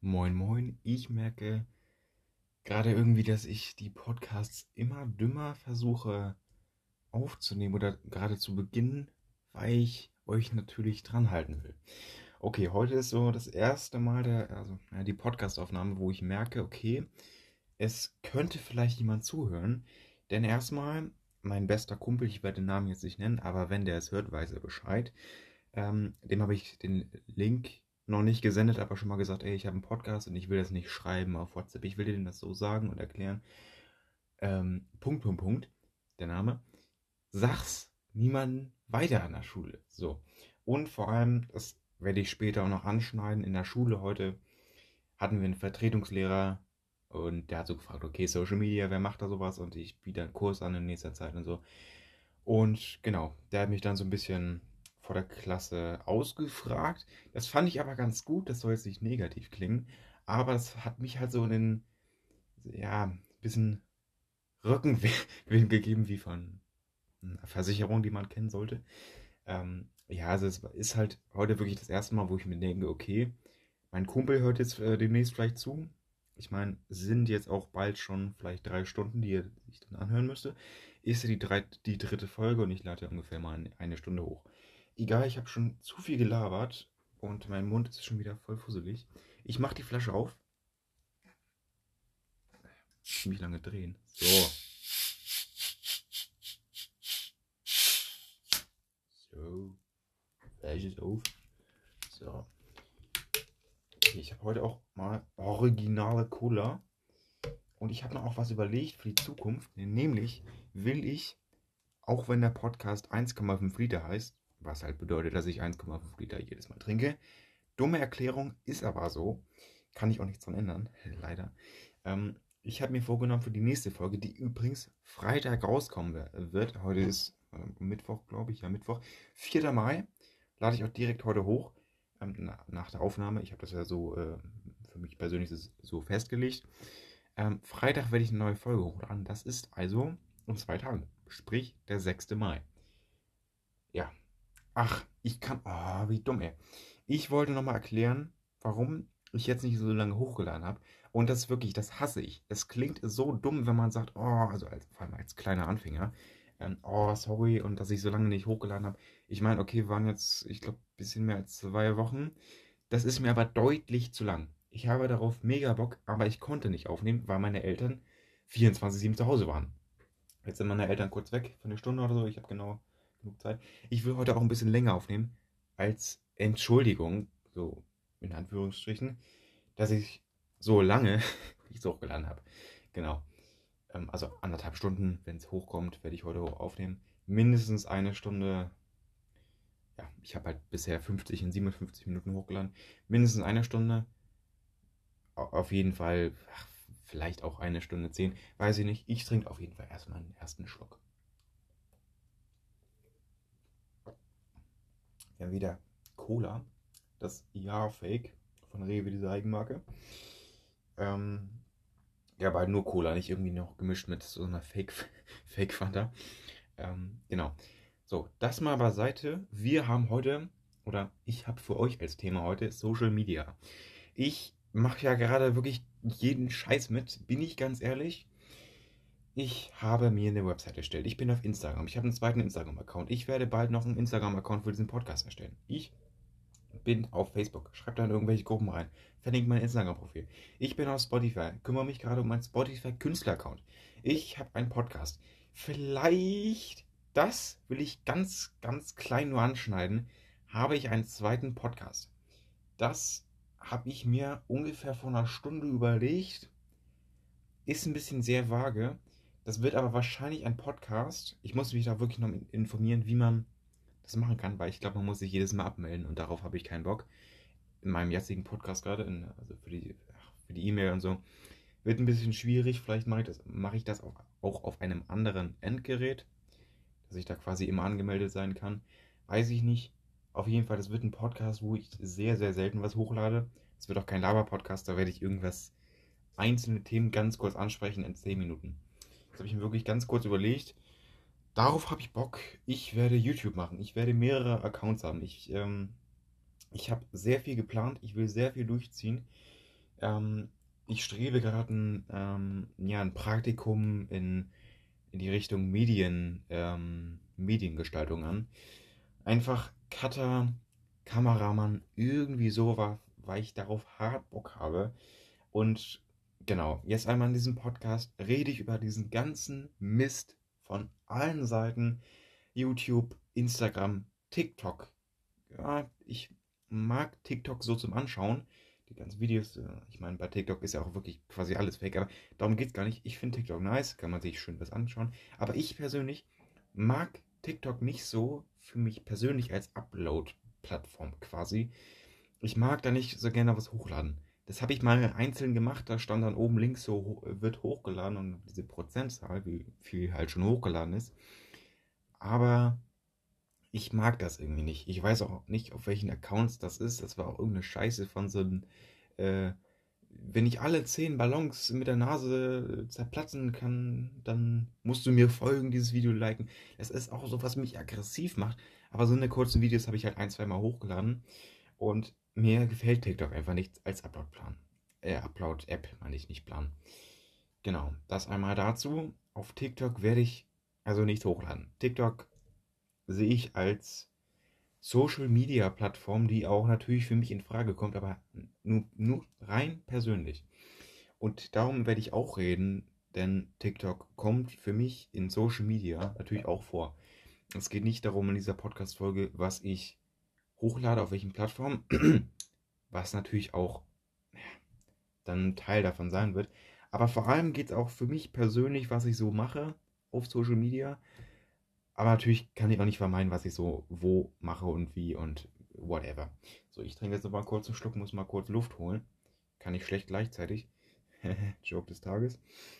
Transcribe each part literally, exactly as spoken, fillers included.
Moin, moin. Ich merke gerade irgendwie, dass ich die Podcasts immer dümmer versuche aufzunehmen oder gerade zu Beginn, weil ich euch natürlich dran halten will. Okay, heute ist so das erste Mal der, also ja, die Podcastaufnahme, wo ich merke, okay, es könnte vielleicht jemand zuhören. Denn erstmal, mein bester Kumpel, ich werde den Namen jetzt nicht nennen, aber wenn der es hört, weiß er Bescheid. Ähm, dem habe ich den Link noch nicht gesendet, aber schon mal gesagt, ey, ich habe einen Podcast und ich will das nicht schreiben auf WhatsApp. Ich will dir das so sagen und erklären. Ähm, Punkt, Punkt, Punkt, der Name. Sag's niemandem weiter an der Schule. So. Und vor allem, das werde ich später auch noch anschneiden, in der Schule heute hatten wir einen Vertretungslehrer und der hat so gefragt, okay, Social Media, wer macht da sowas? Und ich biete einen Kurs an in nächster Zeit und so. Und genau, der hat mich dann so ein bisschen vor der Klasse ausgefragt. Das fand ich aber ganz gut, das soll jetzt nicht negativ klingen, aber es hat mich halt so in den, ja, ein bisschen Rückenwind gegeben, wie von einer Versicherung, die man kennen sollte. Ähm, ja, also es ist halt heute wirklich das erste Mal, wo ich mir denke, okay, mein Kumpel hört jetzt äh, demnächst vielleicht zu. Ich meine, es sind jetzt auch bald schon vielleicht drei Stunden, die er sich dann anhören müsste. Ist ja die, drei, die dritte Folge und ich lade ja ungefähr mal eine, eine Stunde hoch. Egal, ich habe schon zu viel gelabert und mein Mund ist schon wieder voll fusselig. Ich mache die Flasche auf. Ziemlich lange drehen. So. So. Flasche ist auf. So. Okay, ich habe heute auch mal originale Cola. Und ich habe noch auch was überlegt für die Zukunft. Nämlich will ich, auch wenn der Podcast eins Komma fünf Liter heißt, was halt bedeutet, dass ich eins Komma fünf Liter jedes Mal trinke. Dumme Erklärung, ist aber so. Kann ich auch nichts dran ändern, leider. Ähm, ich habe mir vorgenommen für die nächste Folge, die übrigens Freitag rauskommen wird. Heute ist äh, Mittwoch, glaube ich, ja Mittwoch. vierter Mai, lade ich auch direkt heute hoch, ähm, na, nach der Aufnahme. Ich habe das ja so äh, für mich persönlich so festgelegt. Ähm, Freitag werde ich eine neue Folge hochladen. Das ist also in zwei Tagen. Sprich, der sechste Mai. Ja. Ach, ich kann. Oh, wie dumm, ey. Ich wollte nochmal erklären, warum ich jetzt nicht so lange hochgeladen habe. Und das wirklich, das hasse ich. Es klingt so dumm, wenn man sagt, oh, also als, vor allem als kleiner Anfänger, ähm, oh, sorry, und dass ich so lange nicht hochgeladen habe. Ich meine, okay, waren jetzt, ich glaube, ein bisschen mehr als zwei Wochen. Das ist mir aber deutlich zu lang. Ich habe darauf mega Bock, aber ich konnte nicht aufnehmen, weil meine Eltern vierundzwanzig sieben zu Hause waren. Jetzt sind meine Eltern kurz weg für eine Stunde oder so. Ich habe genau genug Zeit. Ich will heute auch ein bisschen länger aufnehmen, als Entschuldigung, so in Anführungsstrichen, dass ich so lange nicht so hochgeladen habe. Genau. Ähm, also anderthalb Stunden, wenn es hochkommt, werde ich heute hoch aufnehmen. Mindestens eine Stunde. Ja, ich habe halt bisher fünfzig in siebenundfünfzig Minuten hochgeladen. Mindestens eine Stunde. Auf jeden Fall, ach, vielleicht auch eine Stunde zehn. Weiß ich nicht. Ich trinke auf jeden Fall erstmal einen ersten Schluck. Wir haben wieder Cola. Das Ja-Fake von Rewe, diese Eigenmarke. Ähm, ja, aber halt nur Cola, nicht irgendwie noch gemischt mit so einer Fake, Fake Fanta. Ähm, genau. So, das mal beiseite. Wir haben heute, oder ich habe für euch als Thema heute Social Media. Ich mache ja gerade wirklich jeden Scheiß mit, bin ich ganz ehrlich. Ich habe mir eine Website erstellt. Ich bin auf Instagram. Ich habe einen zweiten Instagram-Account. Ich werde bald noch einen Instagram-Account für diesen Podcast erstellen. Ich bin auf Facebook. Schreibt da in irgendwelche Gruppen rein. Verlinkt mein Instagram-Profil. Ich bin auf Spotify. Kümmere mich gerade um meinen Spotify-Künstler-Account. Ich habe einen Podcast. Vielleicht, das will ich ganz, ganz klein nur anschneiden, habe ich einen zweiten Podcast. Das habe ich mir ungefähr vor einer Stunde überlegt. Ist ein bisschen sehr vage. Das wird aber wahrscheinlich ein Podcast. Ich muss mich da wirklich noch informieren, wie man das machen kann, weil ich glaube, man muss sich jedes Mal abmelden und darauf habe ich keinen Bock. In meinem jetzigen Podcast gerade, in, also für die für die E-Mail und so, wird ein bisschen schwierig. Vielleicht mache ich das, mache ich das auch, auch auf einem anderen Endgerät, dass ich da quasi immer angemeldet sein kann. Weiß ich nicht. Auf jeden Fall, das wird ein Podcast, wo ich sehr, sehr selten was hochlade. Es wird auch kein Laber-Podcast, da werde ich irgendwas, einzelne Themen ganz kurz ansprechen in zehn Minuten. Das habe ich mir wirklich ganz kurz überlegt. Darauf habe ich Bock. Ich werde YouTube machen. Ich werde mehrere Accounts haben. Ich, ähm, ich habe sehr viel geplant. Ich will sehr viel durchziehen. Ähm, ich strebe gerade ein, ähm, ja, ein Praktikum in, in die Richtung Medien, ähm, Mediengestaltung an. Einfach Cutter, Kameramann, irgendwie so, war, weil ich darauf hart Bock habe. Und genau, jetzt einmal in diesem Podcast rede ich über diesen ganzen Mist von allen Seiten. YouTube, Instagram, TikTok. Ja, ich mag TikTok so zum Anschauen. Die ganzen Videos, äh, ich meine, bei TikTok ist ja auch wirklich quasi alles fake, aber darum geht es gar nicht. Ich finde TikTok nice, kann man sich schön was anschauen. Aber ich persönlich mag TikTok nicht so für mich persönlich als Upload-Plattform quasi. Ich mag da nicht so gerne was hochladen. Das habe ich mal einzeln gemacht, da stand dann oben links so, wird hochgeladen und diese Prozentzahl, wie viel halt schon hochgeladen ist. Aber ich mag das irgendwie nicht. Ich weiß auch nicht, auf welchen Accounts das ist. Das war auch irgendeine Scheiße von so einem, äh, wenn ich alle zehn Ballons mit der Nase zerplatzen kann, dann musst du mir folgen, dieses Video liken. Das ist auch so, was mich aggressiv macht. Aber so eine kurzen Videos habe ich halt ein, zwei Mal hochgeladen. Und mir gefällt TikTok einfach nicht als Upload-Plan. Äh, Upload-App, meine ich, nicht Plan. Genau, das einmal dazu. Auf TikTok werde ich also nicht hochladen. TikTok sehe ich als Social Media Plattform, die auch natürlich für mich in Frage kommt, aber nur, nur rein persönlich. Und darum werde ich auch reden, denn TikTok kommt für mich in Social Media natürlich auch vor. Es geht nicht darum in dieser Podcast-Folge, was ich hochlade, auf welchen Plattformen, was natürlich auch ja, dann Teil davon sein wird. Aber vor allem geht es auch für mich persönlich, was ich so mache auf Social Media. Aber natürlich kann ich auch nicht vermeiden, was ich so wo mache und wie und whatever. So, ich trinke jetzt noch mal kurz einen Schluck, muss mal kurz Luft holen. Kann ich schlecht gleichzeitig. Joke des Tages.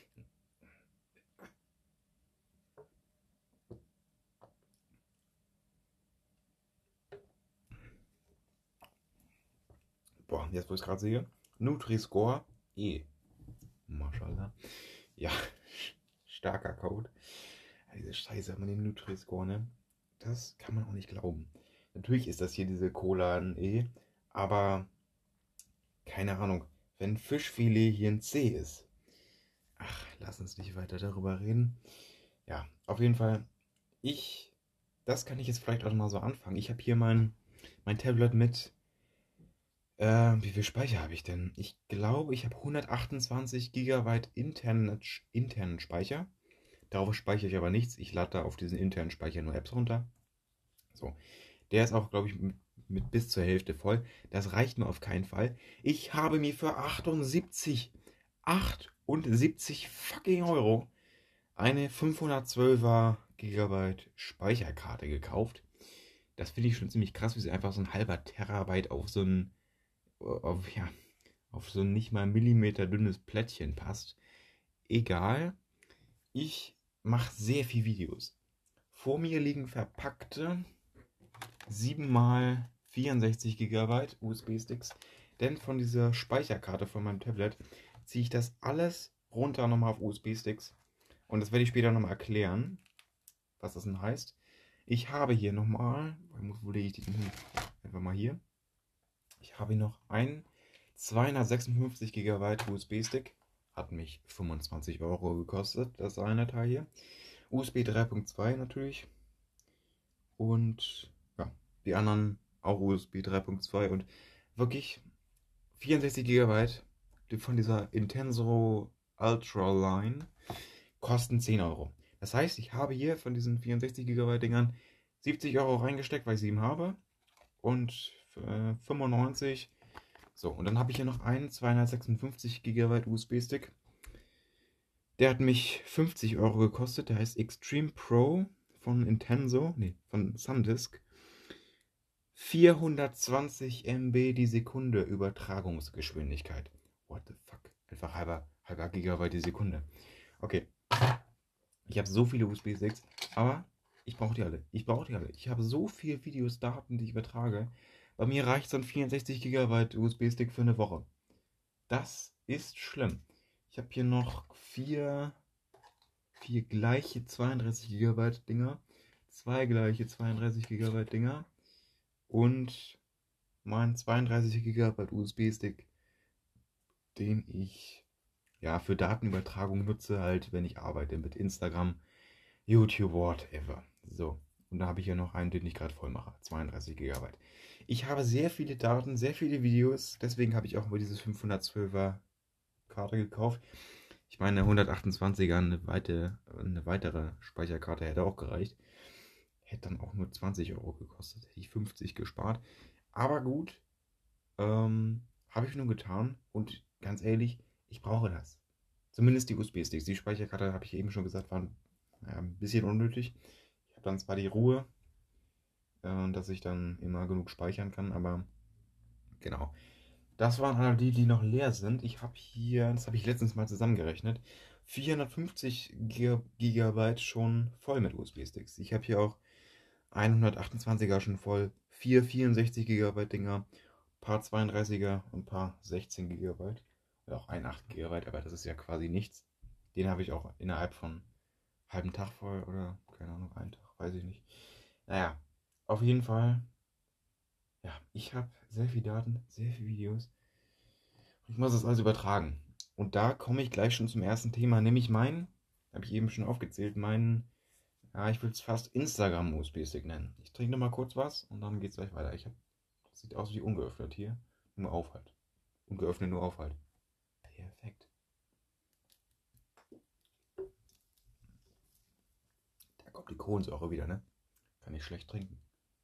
Boah, jetzt wo ich es gerade sehe. Nutri-Score E. Mashallah. Ja, starker Code. Diese Scheiße hat man den Nutri-Score, ne? Das kann man auch nicht glauben. Natürlich ist das hier diese Cola ein E, aber keine Ahnung. Wenn Fischfilet hier ein C ist. Ach, lass uns nicht weiter darüber reden. Ja, auf jeden Fall, ich, das kann ich jetzt vielleicht auch mal so anfangen. Ich habe hier mein, mein Tablet mit, äh, wie viel Speicher habe ich denn? Ich glaube, ich habe hundertachtundzwanzig Gigabyte internen, internen Speicher. Darauf speichere ich aber nichts. Ich lade da auf diesen internen Speicher nur Apps runter. So, der ist auch, glaube ich, mit, mit bis zur Hälfte voll. Das reicht mir auf keinen Fall. Ich habe mir für achtundsiebzig, achtundsiebzig fucking Euro eine fünfhundertzwölfer Gigabyte Speicherkarte gekauft. Das finde ich schon ziemlich krass, wie sie einfach so ein halber Terabyte auf so ein, auf, ja, auf so ein nicht mal Millimeter dünnes Plättchen passt. Egal, ich mache sehr viel Videos. Vor mir liegen verpackte sieben mal vierundsechzig Gigabyte U S B-Sticks, denn von dieser Speicherkarte von meinem Tablet ziehe ich das alles runter nochmal auf U S B-Sticks. Und das werde ich später nochmal erklären, was das denn heißt. Ich habe hier nochmal, wo lege ich die denn hin? Einfach mal hier. Ich habe hier noch einen zweihundertsechsundfünfzig Gigabyte U S B-Stick. Hat mich fünfundzwanzig Euro gekostet, das eine Teil hier. U S B drei Punkt zwei natürlich. Und ja, die anderen auch U S B drei Punkt zwei. Und wirklich vierundsechzig Gigabyte von dieser Intenso Ultra Line kosten zehn Euro. Das heißt, ich habe hier von diesen vierundsechzig Gigabyte Dingern siebzig Euro reingesteckt, weil ich sieben habe. Und äh, fünfundneunzig. So, und dann habe ich hier noch einen zweihundertsechsundfünfzig Gigabyte U S B-Stick. Der hat mich fünfzig Euro gekostet. Der heißt Extreme Pro von Intenso, nee, von SanDisk. vierhundertzwanzig Megabyte die Sekunde Übertragungsgeschwindigkeit. What the fuck? Einfach halber, halber Gigabyte die Sekunde. Okay. Ich habe so viele U S B-Sticks, aber ich brauche die alle. Ich brauche die alle. Ich habe so viele Videos, Daten, die ich übertrage. Bei mir reicht so ein vierundsechzig Gigabyte U S B-Stick für eine Woche. Das ist schlimm. Ich habe hier noch vier, vier gleiche zweiunddreißig Gigabyte Dinger, zwei gleiche zweiunddreißig Gigabyte Dinger und mein zweiunddreißig Gigabyte U S B-Stick den ich ja für Datenübertragung nutze, halt, wenn ich arbeite mit Instagram, YouTube, whatever. So. Und da habe ich ja noch einen, den ich gerade voll mache. zweiunddreißig Gigabyte. Ich habe sehr viele Daten, sehr viele Videos. Deswegen habe ich auch mal dieses fünfhundertzwölfer Karte gekauft. Ich meine, hundertachtundzwanziger, eine, weite, eine weitere Speicherkarte hätte auch gereicht. Hätte dann auch nur zwanzig Euro gekostet. Hätte ich fünfzig gespart. Aber gut, ähm, habe ich nur getan. Und ganz ehrlich, ich brauche das. Zumindest die U S B-Sticks. Die Speicherkarte, habe ich eben schon gesagt, waren ja, ein bisschen unnötig. Ich habe dann zwar die Ruhe, äh, dass ich dann immer genug speichern kann, aber genau. Das waren alle die, die noch leer sind. Ich habe hier, das habe ich letztens mal zusammengerechnet, vierhundertfünfzig Gigabyte schon voll mit U S B-Sticks. Ich habe hier auch hundertachtundzwanziger schon voll, vier vierundsechzig Gigabyte Dinger, ein paar zweiunddreißiger und ein paar sechzehn Gigabyte. Oder auch ein acht Gigabyte, aber das ist ja quasi nichts. Den habe ich auch innerhalb von einem halben Tag voll oder, keine Ahnung, einen Tag, weiß ich nicht. Naja, auf jeden Fall, ja, ich habe sehr viel Daten, sehr viele Videos. Ich muss das alles übertragen. Und da komme ich gleich schon zum ersten Thema, nämlich meinen, habe ich eben schon aufgezählt, meinen, ja, ich will es fast Instagram-U S B-Stick nennen. Ich trinke noch mal kurz was und dann geht es gleich weiter. Ich hab, das sieht aus wie ungeöffnet hier. Nur auf halt. Ungeöffnet, nur auf halt. Perfekt. Da kommt die Kohlensäure wieder, ne? Kann ich schlecht trinken.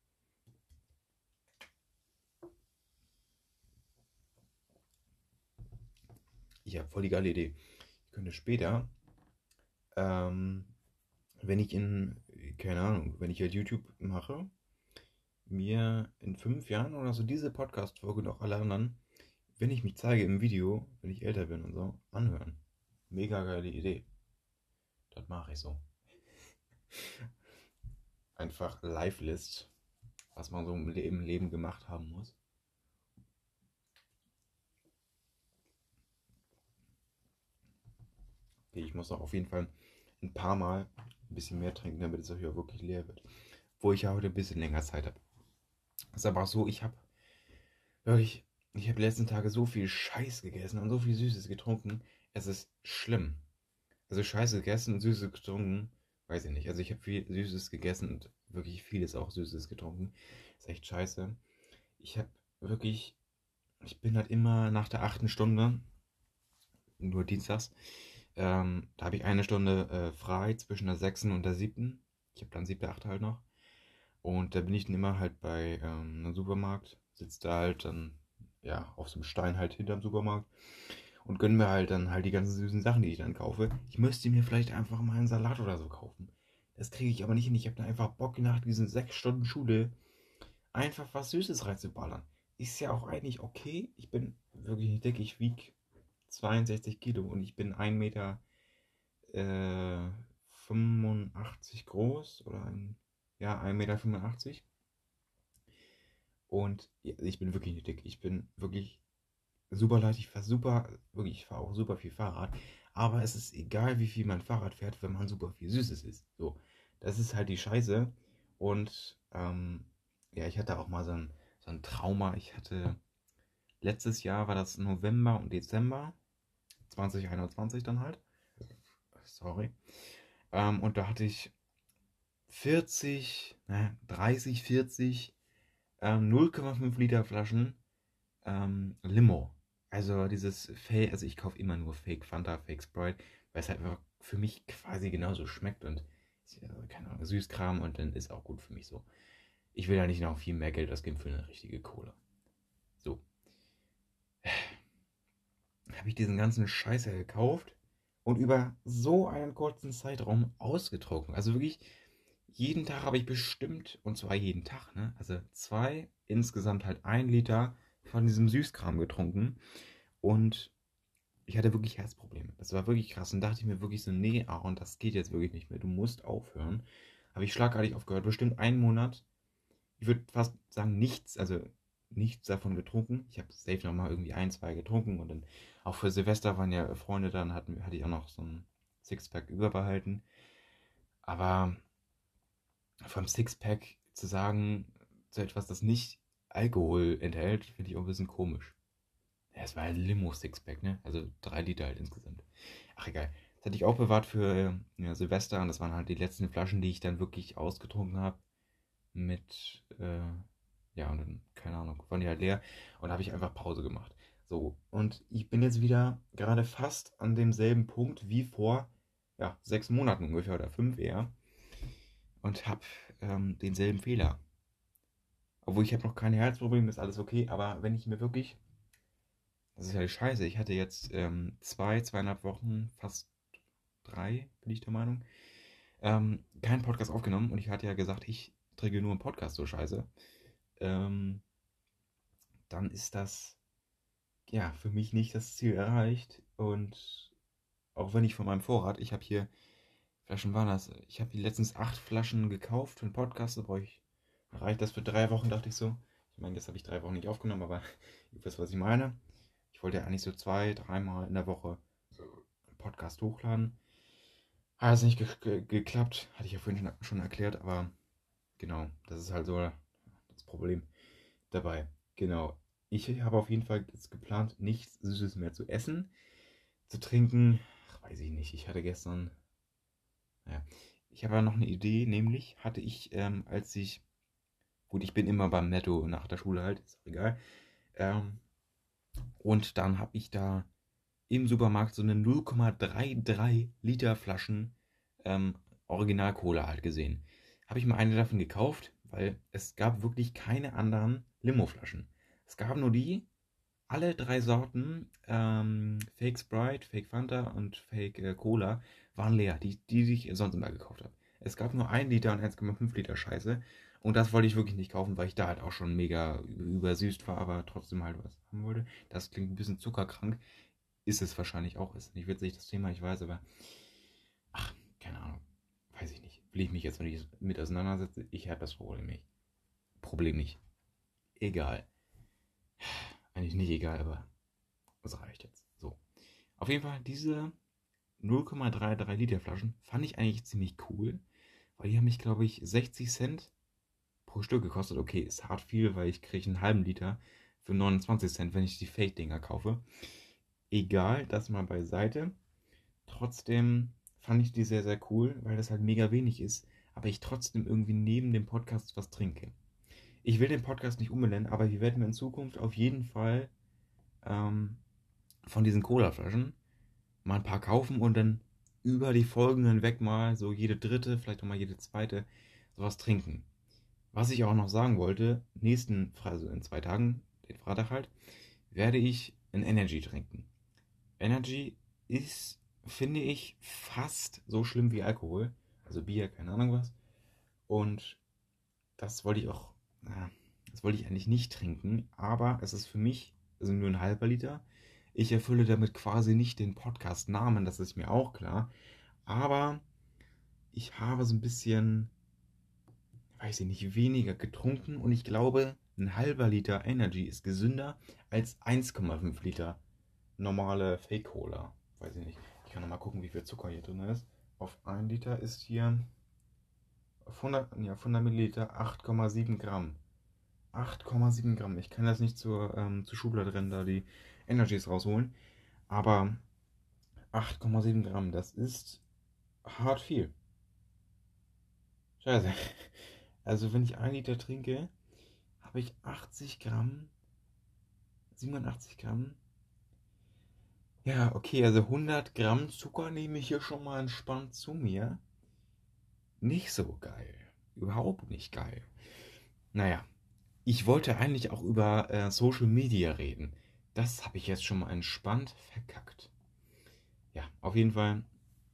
Ich habe voll die geile Idee. Ich könnte später, ähm, wenn ich in, keine Ahnung, wenn ich halt YouTube mache, mir in fünf Jahren oder so diese Podcast-Folge und auch alle anderen, wenn ich mich zeige im Video, wenn ich älter bin und so, anhören. Mega geile Idee. Das mache ich so. Einfach Live-List, was man so im Leben gemacht haben muss. Okay, ich muss noch auf jeden Fall ein paar Mal ein bisschen mehr trinken, damit es auch hier wirklich leer wird. Wo ich ja heute ein bisschen länger Zeit habe. Ist aber auch so, ich habe wirklich, ich habe die letzten Tage so viel Scheiß gegessen und so viel Süßes getrunken. Es ist schlimm. Also Scheiße gegessen und Süßes getrunken, weiß ich nicht. Also ich habe viel Süßes gegessen und wirklich vieles auch Süßes getrunken. Ist echt scheiße. Ich habe wirklich, ich bin halt immer nach der achten Stunde, nur dienstags, ähm, da habe ich eine Stunde äh, frei zwischen der sechsten und der siebten. Ich habe dann siebte, achte halt noch. Und da bin ich dann immer halt bei ähm, einem Supermarkt, sitze da halt dann, ja, auf so einem Stein halt hinterm Supermarkt und gönne mir halt dann halt die ganzen süßen Sachen, die ich dann kaufe. Ich müsste mir vielleicht einfach mal einen Salat oder so kaufen. Das kriege ich aber nicht hin. Ich habe dann einfach Bock nach diesen sechs Stunden Schule einfach was Süßes reinzuballern. Ist ja auch eigentlich okay. Ich bin wirklich nicht dick. Ich wiege zweiundsechzig Kilo und ich bin ein Meter äh, fünfundachtzig groß oder ein, ja, ein Meter fünfundachtzig. Und ja, ich bin wirklich nicht dick. Ich bin wirklich super leicht. Ich fahre super, wirklich, ich fahre auch super viel Fahrrad. Aber es ist egal, wie viel man Fahrrad fährt, wenn man super viel Süßes isst. So, das ist halt die Scheiße. Und ähm, ja, ich hatte auch mal so ein, so ein Trauma. Ich hatte letztes Jahr war das November und Dezember zwanzig einundzwanzig dann halt. Sorry. Ähm, und da hatte ich vierzig, ne, dreißig, vierzig ähm, null Komma fünf Liter Flaschen ähm, Limo. Also dieses Fake, also ich kaufe immer nur Fake Fanta, Fake Sprite, weil es halt einfach für mich quasi genauso schmeckt und ist ja, keine Ahnung, Süßkram und dann ist auch gut für mich so. Ich will ja nicht noch viel mehr Geld ausgeben für eine richtige Cola. So. Habe ich diesen ganzen Scheiß ja gekauft und über so einen kurzen Zeitraum ausgetrunken. Also wirklich, jeden Tag habe ich bestimmt, und zwar jeden Tag, ne? Also zwei, insgesamt halt ein Liter von diesem Süßkram getrunken. Und ich hatte wirklich Herzprobleme. Das war wirklich krass. Und dachte ich mir wirklich so, nee, Aaron, das geht jetzt wirklich nicht mehr. Du musst aufhören. Habe ich schlagartig aufgehört. Bestimmt einen Monat. Ich würde fast sagen, nichts, also nichts davon getrunken. Ich habe safe nochmal irgendwie ein, zwei getrunken. Und dann auch für Silvester waren ja Freunde dann, hatten, hatte ich auch noch so ein Sixpack überbehalten. Aber vom Sixpack zu sagen, zu etwas, das nicht Alkohol enthält, finde ich auch ein bisschen komisch. Ja, es war ein Limo-Sixpack, ne? Also drei Liter halt insgesamt. Ach, egal. Das hatte ich auch bewahrt für äh, ja, Silvester und das waren halt die letzten Flaschen, die ich dann wirklich ausgetrunken habe. Mit, äh, ja, und dann, keine Ahnung, waren die halt leer und da habe ich einfach Pause gemacht. So, und ich bin jetzt wieder gerade fast an demselben Punkt wie vor, ja, sechs Monaten ungefähr oder fünf eher und habe ähm, denselben Fehler. Obwohl ich habe noch keine Herzprobleme, ist alles okay, aber wenn ich mir wirklich, das ist ja scheiße, ich hatte jetzt ähm, zwei, zweieinhalb Wochen, fast drei, bin ich der Meinung, ähm, keinen Podcast aufgenommen und ich hatte ja gesagt, ich trinke nur einen Podcast, so scheiße. Ähm, dann ist das ja für mich nicht das Ziel erreicht. Und auch wenn ich von meinem Vorrat, ich habe hier, Flaschen waren das, ich habe hier letztens acht Flaschen gekauft für einen Podcast, da brauche ich, reicht das für drei Wochen, dachte ich so. Ich meine, das habe ich drei Wochen nicht aufgenommen, aber ihr wisst, was ich meine. Ich wollte ja eigentlich so zwei, dreimal in der Woche einen Podcast hochladen. Hat es nicht ge ge geklappt, hatte ich ja vorhin schon, schon erklärt, aber genau, das ist halt so das Problem dabei. Genau. Ich habe auf jeden Fall jetzt geplant, nichts Süßes mehr zu essen, zu trinken. Ach, weiß ich nicht. Ich hatte gestern, naja, ich habe ja noch eine Idee, nämlich hatte ich, ähm, als ich, gut, ich bin immer beim Netto nach der Schule halt, ist auch egal. Ähm, und dann habe ich da im Supermarkt so eine null Komma dreiunddreißig Liter Flaschen ähm, Original Cola halt gesehen. Habe ich mal eine davon gekauft, weil es gab wirklich keine anderen Limo-Flaschen. Es gab nur die, alle drei Sorten, ähm, Fake Sprite, Fake Fanta und Fake äh, Cola, waren leer, die, die ich sonst immer gekauft habe. Es gab nur ein Liter und eins Komma fünf Liter Scheiße. Und das wollte ich wirklich nicht kaufen, weil ich da halt auch schon mega übersüßt war, aber trotzdem halt was haben wollte. Das klingt ein bisschen zuckerkrank. Ist es wahrscheinlich auch. Ist nicht witzig das Thema, ich weiß, aber ach, keine Ahnung. Weiß ich nicht. Will ich mich jetzt noch nicht mit auseinandersetzen? Ich habe das Problem nicht. Problem nicht. Egal. Eigentlich nicht egal, aber das reicht jetzt. So. Auf jeden Fall, diese null Komma dreiunddreißig Liter Flaschen fand ich eigentlich ziemlich cool, weil die haben mich, glaube ich, sechzig Cent pro Stück gekostet. Okay, ist hart viel, weil ich kriege einen halben Liter für neunundzwanzig Cent, wenn ich die Fake-Dinger kaufe. Egal, das mal beiseite. Trotzdem fand ich die sehr, sehr cool, weil das halt mega wenig ist, aber ich trotzdem irgendwie neben dem Podcast was trinke. Ich will den Podcast nicht umbenennen, aber wir werden in Zukunft auf jeden Fall ähm, von diesen Cola-Flaschen mal ein paar kaufen und dann über die Folgen hinweg mal so jede dritte, vielleicht auch mal jede zweite sowas trinken. Was ich auch noch sagen wollte, nächsten, also in zwei Tagen, den Freitag halt, werde ich ein Energy trinken. Energy ist, finde ich, fast so schlimm wie Alkohol. Also Bier, keine Ahnung was. Und das wollte ich auch, na, das wollte ich eigentlich nicht trinken, aber es ist für mich, also nur ein halber Liter. Ich erfülle damit quasi nicht den Podcast-Namen, das ist mir auch klar. Aber ich habe so ein bisschen, weiß ich nicht, weniger getrunken und ich glaube, ein halber Liter Energy ist gesünder als eins Komma fünf Liter normale Fake Cola. Weiß ich nicht. Ich kann noch mal gucken, wie viel Zucker hier drin ist. Auf ein Liter ist hier auf hundert, ja, auf hundert Milliliter acht Komma sieben Gramm. acht Komma sieben Gramm. Ich kann das nicht zur, ähm, zur Schublade rennen, da die Energies rausholen. Aber acht Komma sieben Gramm, das ist hart viel. Scheiße. Also wenn ich ein Liter trinke, habe ich achtzig Gramm, siebenundachtzig Gramm. Ja, okay, also hundert Gramm Zucker nehme ich hier schon mal entspannt zu mir. Nicht so geil. Überhaupt nicht geil. Naja, ich wollte eigentlich auch über äh, Social Media reden. Das habe ich jetzt schon mal entspannt verkackt. Ja, auf jeden Fall,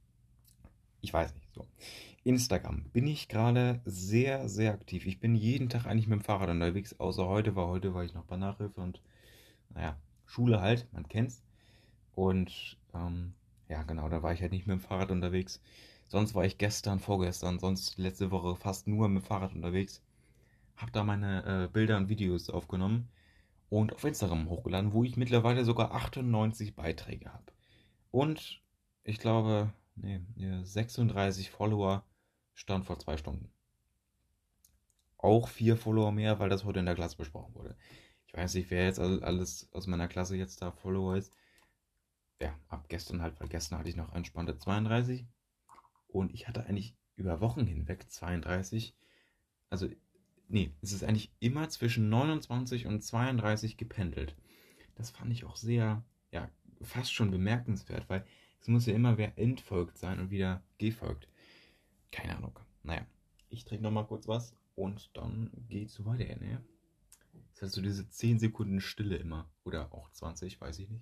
ich weiß nicht, so. Instagram bin ich gerade sehr, sehr aktiv. Ich bin jeden Tag eigentlich mit dem Fahrrad unterwegs, außer heute, weil heute war ich noch bei Nachhilfe und, naja, Schule halt, man kennt's. Und, ähm, ja, genau, da war ich halt nicht mit dem Fahrrad unterwegs. Sonst war ich gestern, vorgestern, sonst letzte Woche fast nur mit dem Fahrrad unterwegs. Hab da meine äh, Bilder und Videos aufgenommen und auf Instagram hochgeladen, wo ich mittlerweile sogar achtundneunzig Beiträge habe. Und ich glaube, nee, sechsunddreißig Follower stand vor zwei Stunden. Auch vier Follower mehr, weil das heute in der Klasse besprochen wurde. Ich weiß nicht, wer jetzt alles aus meiner Klasse jetzt da Follower ist. Ja, ab gestern halt, weil gestern hatte ich noch entspannte zweiunddreißig. Und ich hatte eigentlich über Wochen hinweg zweiunddreißig. Also, nee, es ist eigentlich immer zwischen neunundzwanzig und zweiunddreißig gependelt. Das fand ich auch sehr, ja, fast schon bemerkenswert, weil es muss ja immer wer entfolgt sein und wieder gefolgt. Keine Ahnung. Naja, ich trinke nochmal kurz was und dann geht's weiter, ne? Das heißt so diese zehn Sekunden Stille immer. Oder auch zwanzig, weiß ich nicht.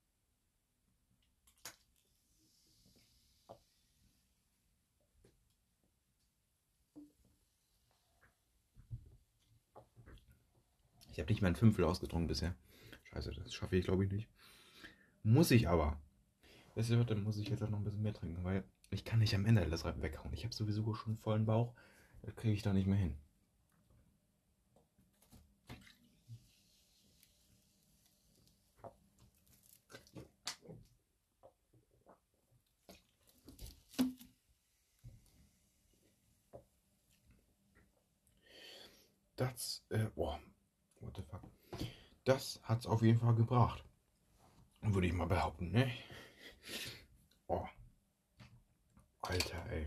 Ich habe nicht mal ein Fünftel ausgetrunken bisher. Scheiße, das schaffe ich glaube ich nicht. Muss ich aber. Weißt du, dann muss ich jetzt auch noch ein bisschen mehr trinken, weil ich kann nicht am Ende alles weghauen. Ich habe sowieso schon einen vollen Bauch. Das kriege ich da nicht mehr hin. Das, äh, boah, what the fuck. Das hat's auf jeden Fall gebracht. Würde ich mal behaupten, ne? Oh, Alter, ey.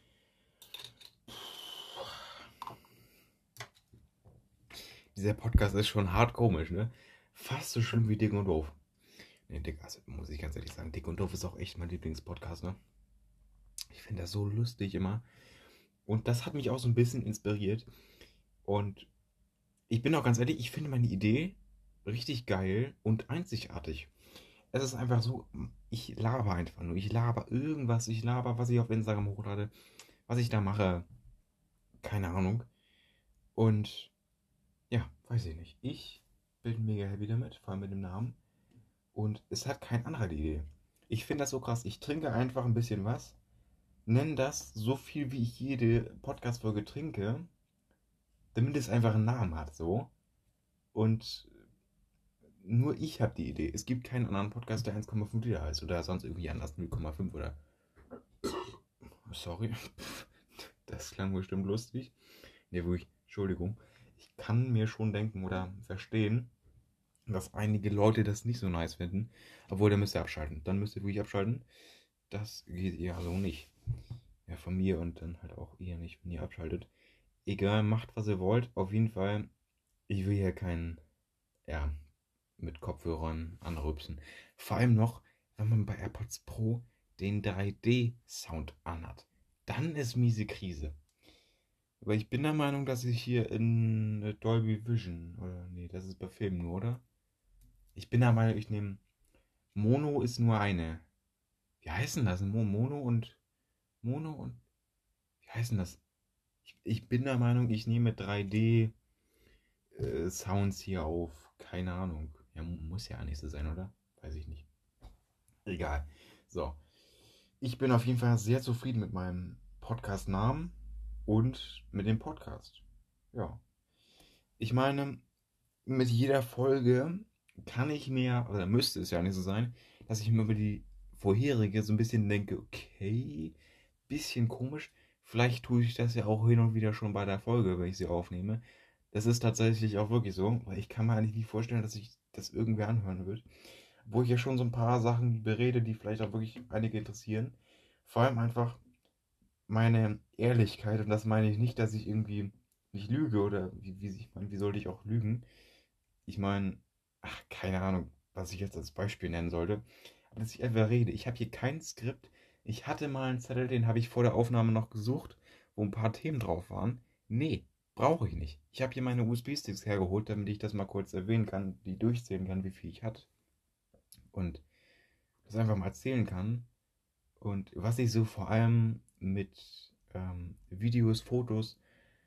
Dieser Podcast ist schon hart komisch, ne? Fast so schlimm wie Dick und Doof. Ne, Dick, also muss ich ganz ehrlich sagen, Dick und Doof ist auch echt mein Lieblingspodcast, ne? Ich finde das so lustig immer. Und das hat mich auch so ein bisschen inspiriert. Und ich bin auch ganz ehrlich, ich finde meine Idee richtig geil und einzigartig. Es ist einfach so, ich laber einfach nur. Ich laber irgendwas, ich laber, was ich auf Instagram hochlade, was ich da mache. Keine Ahnung. Und ja, weiß ich nicht. Ich bin mega happy damit, vor allem mit dem Namen. Und es hat kein anderer die Idee. Ich finde das so krass. Ich trinke einfach ein bisschen was, nenne das so viel, wie ich jede Podcast-Folge trinke, damit es einfach einen Namen hat, so. Und nur ich habe die Idee. Es gibt keinen anderen Podcast, der eins Komma fünf Liter heißt oder sonst irgendwie anders null Komma fünf oder. Sorry. Das klang bestimmt lustig. Ne, wirklich, Entschuldigung. Ich kann mir schon denken oder verstehen, dass einige Leute das nicht so nice finden. Obwohl, dann müsst ihr abschalten. Dann müsst ihr wirklich abschalten. Das geht ja so nicht. Ja, von mir und dann halt auch ihr nicht, wenn ihr abschaltet. Egal, macht was ihr wollt. Auf jeden Fall, ich will hier keinen, ja, mit Kopfhörern anrüpsen. Vor allem noch, wenn man bei AirPods Pro den drei D-Sound anhat. Dann ist miese Krise. Aber ich bin der Meinung, dass ich hier in Dolby Vision, oder nee, das ist bei Filmen nur, oder? Ich bin der Meinung, ich nehme, Mono ist nur eine. Wie heißen das? Mono und, Mono und, wie heißen das? Ich, ich bin der Meinung, ich nehme drei D äh, Sounds hier auf. Keine Ahnung. Ja, muss ja eigentlich so sein, oder? Weiß ich nicht. Egal. So. Ich bin auf jeden Fall sehr zufrieden mit meinem Podcast-Namen und mit dem Podcast. Ja. Ich meine, mit jeder Folge kann ich mir, oder müsste es ja nicht so sein, dass ich mir über die vorherige so ein bisschen denke, okay, bisschen komisch. Vielleicht tue ich das ja auch hin und wieder schon bei der Folge, wenn ich sie aufnehme. Das ist tatsächlich auch wirklich so, weil ich kann mir eigentlich nicht vorstellen, dass sich das irgendwer anhören wird. Wo ich ja schon so ein paar Sachen berede, die vielleicht auch wirklich einige interessieren. Vor allem einfach meine Ehrlichkeit, und das meine ich nicht, dass ich irgendwie nicht lüge oder wie, wie ich meine, wie sollte ich auch lügen? Ich meine, ach, keine Ahnung, was ich jetzt als Beispiel nennen sollte. Aber dass ich einfach rede. Ich habe hier kein Skript. Ich hatte mal einen Zettel, den habe ich vor der Aufnahme noch gesucht, wo ein paar Themen drauf waren. Nee, brauche ich nicht. Ich habe hier meine U S B-Sticks hergeholt, damit ich das mal kurz erwähnen kann, die durchzählen kann, wie viel ich hatte. Und das einfach mal erzählen kann. Und was ich so vor allem mit ähm, Videos, Fotos,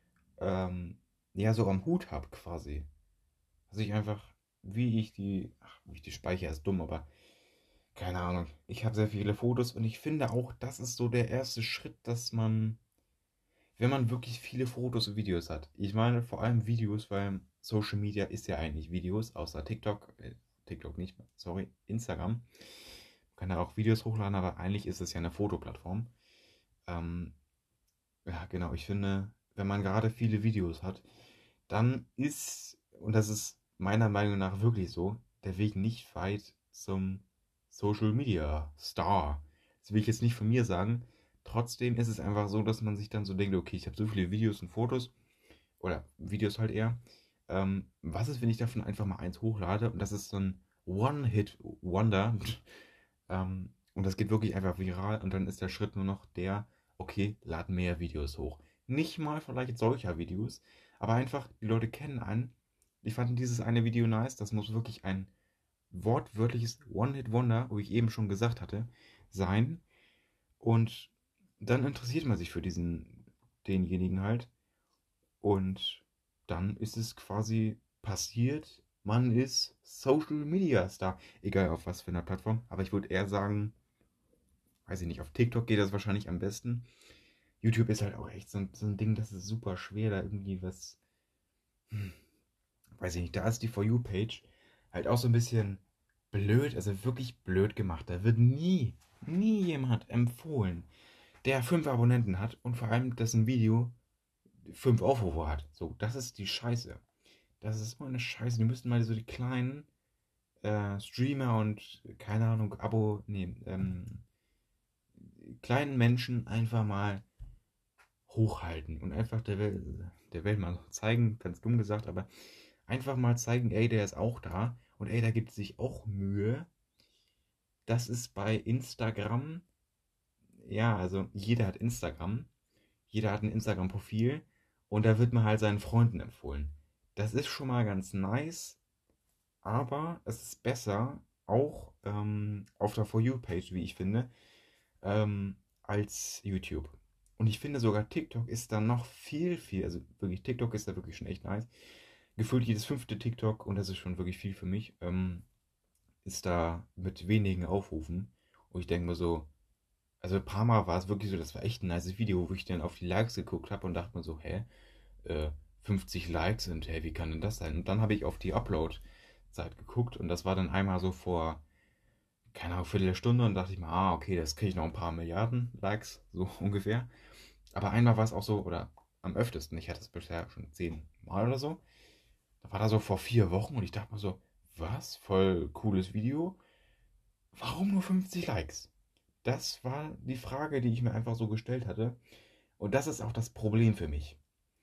ähm, ja, so am Hut habe quasi. Dass ich einfach, wie ich die, ach, wie ich die speichere, ist dumm, aber keine Ahnung. Ich habe sehr viele Fotos und ich finde auch, das ist so der erste Schritt, dass man, wenn man wirklich viele Fotos und Videos hat. Ich meine vor allem Videos, weil Social Media ist ja eigentlich Videos, außer TikTok, äh, TikTok nicht, sorry, Instagram. Man kann da auch Videos hochladen, aber eigentlich ist es ja eine Fotoplattform. Ähm, ja, genau, ich finde, wenn man gerade viele Videos hat, dann ist, und das ist meiner Meinung nach wirklich so der Weg nicht weit zum Social Media Star. Das will ich jetzt nicht von mir sagen. Trotzdem ist es einfach so, dass man sich dann so denkt, okay, ich habe so viele Videos und Fotos, oder Videos halt eher. Ähm, was ist, wenn ich davon einfach mal eins hochlade und das ist so ein One-Hit-Wonder ähm, und das geht wirklich einfach viral und dann ist der Schritt nur noch der, okay, lad mehr Videos hoch. Nicht mal vielleicht solcher Videos, aber einfach, die Leute kennen einen. Ich fand dieses eine Video nice, das muss wirklich ein wortwörtliches One-Hit-Wonder, wo ich eben schon gesagt hatte, sein. Und dann interessiert man sich für diesen, denjenigen halt. Und dann ist es quasi passiert, man ist Social Media Star. Egal auf was für einer Plattform. Aber ich würde eher sagen, weiß ich nicht, auf TikTok geht das wahrscheinlich am besten. YouTube ist halt auch echt so ein, so ein Ding, das ist super schwer, da irgendwie was. Hm, weiß ich nicht, da ist die For You-Page halt auch so ein bisschen blöd, also wirklich blöd gemacht. Da wird nie, nie jemand empfohlen, der fünf Abonnenten hat und vor allem dessen Video fünf Aufrufe hat. So, das ist die Scheiße. Das ist mal eine Scheiße. Die müssten mal so die kleinen äh, Streamer und, keine Ahnung, Abo, nee, ähm, kleinen Menschen einfach mal hochhalten und einfach der Welt, der Welt mal zeigen, ganz dumm gesagt, aber einfach mal zeigen, ey, der ist auch da und ey, da gibt es sich auch Mühe. Das ist bei Instagram, ja, also jeder hat Instagram, jeder hat ein Instagram-Profil und da wird man halt seinen Freunden empfohlen. Das ist schon mal ganz nice, aber es ist besser, auch ähm, auf der For You-Page, wie ich finde, ähm, als YouTube. Und ich finde sogar TikTok ist da noch viel, viel, also wirklich, TikTok ist da wirklich schon echt nice. Gefühlt jedes fünfte TikTok, und das ist schon wirklich viel für mich, ähm, ist da mit wenigen Aufrufen. Und ich denke mir so, also ein paar Mal war es wirklich so, das war echt ein nice Video, wo ich dann auf die Likes geguckt habe und dachte mir so, hä, äh, fünfzig Likes und hä, wie kann denn das sein? Und dann habe ich auf die Upload-Zeit geguckt und das war dann einmal so vor, keine Ahnung, Viertelstunde und dachte ich mir, ah, okay, das kriege ich noch ein paar Milliarden Likes, so ungefähr. Aber einmal war es auch so, oder am öftesten, ich hatte es bisher schon zehn Mal oder so, da war da so vor vier Wochen und ich dachte mir so, was, voll cooles Video, warum nur fünfzig Likes? Das war die Frage, die ich mir einfach so gestellt hatte. Und das ist auch das Problem für mich.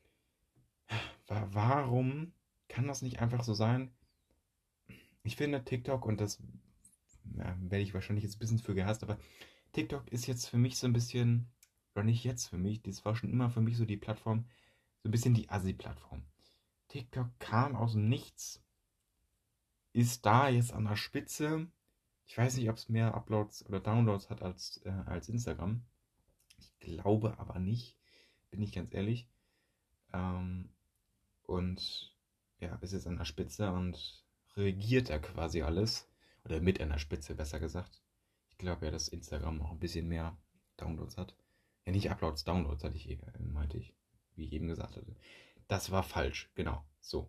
Warum kann das nicht einfach so sein? Ich finde TikTok, und das ja, werde ich wahrscheinlich jetzt ein bisschen für gehasst, aber TikTok ist jetzt für mich so ein bisschen, oder nicht jetzt für mich, das war schon immer für mich so die Plattform, so ein bisschen die Assi-Plattform. TikTok kam aus dem Nichts, ist da jetzt an der Spitze. Ich weiß nicht, ob es mehr Uploads oder Downloads hat als, äh, als Instagram. Ich glaube aber nicht, bin ich ganz ehrlich. Ähm, und ja, ist jetzt an der Spitze und regiert da quasi alles. Oder mit an der Spitze, besser gesagt. Ich glaube ja, dass Instagram noch ein bisschen mehr Downloads hat. Ja, nicht Uploads, Downloads hatte ich eben, meinte ich. Wie ich eben gesagt hatte. Das war falsch, genau. So.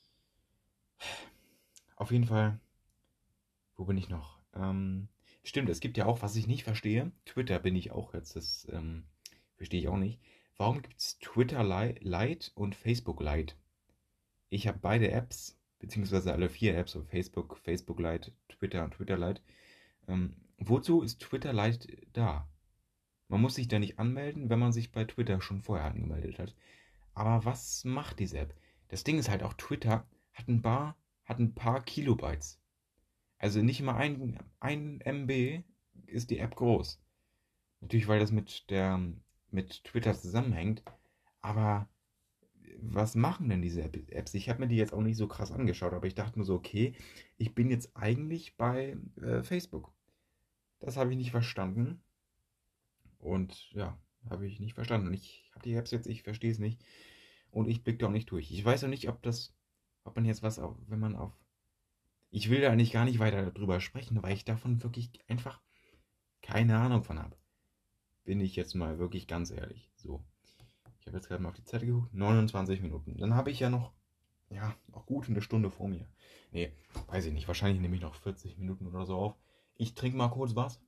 Auf jeden Fall, wo bin ich noch? Ähm, stimmt, es gibt ja auch, was ich nicht verstehe. Twitter bin ich auch jetzt, das ähm, verstehe ich auch nicht. Warum gibt es Twitter Lite und Facebook Lite? Ich habe beide Apps, beziehungsweise alle vier Apps, so Facebook, Facebook Lite, Twitter und Twitter Lite. Ähm, wozu ist Twitter Lite da? Man muss sich da nicht anmelden, wenn man sich bei Twitter schon vorher angemeldet hat. Aber was macht diese App? Das Ding ist halt auch, Twitter hat ein paar, hat ein paar Kilobytes. Also nicht mal ein, ein M B ist die App groß. Natürlich, weil das mit der mit Twitter zusammenhängt. Aber was machen denn diese Apps? Ich habe mir die jetzt auch nicht so krass angeschaut, aber ich dachte mir so, okay, ich bin jetzt eigentlich bei äh, Facebook. Das habe ich nicht verstanden. Und ja, habe ich nicht verstanden. Ich habe die Apps jetzt, ich verstehe es nicht. Und ich blicke da auch nicht durch. Ich weiß auch nicht, ob das, ob man jetzt was, auf, wenn man auf. Ich will da eigentlich gar nicht weiter drüber sprechen, weil ich davon wirklich einfach keine Ahnung von habe. Bin ich jetzt mal wirklich ganz ehrlich. So. Ich habe jetzt gerade mal auf die Zeit geguckt. neunundzwanzig Minuten. Dann habe ich ja noch, ja, noch gut eine Stunde vor mir. Nee, weiß ich nicht. Wahrscheinlich nehme ich noch vierzig Minuten oder so auf. Ich trinke mal kurz was.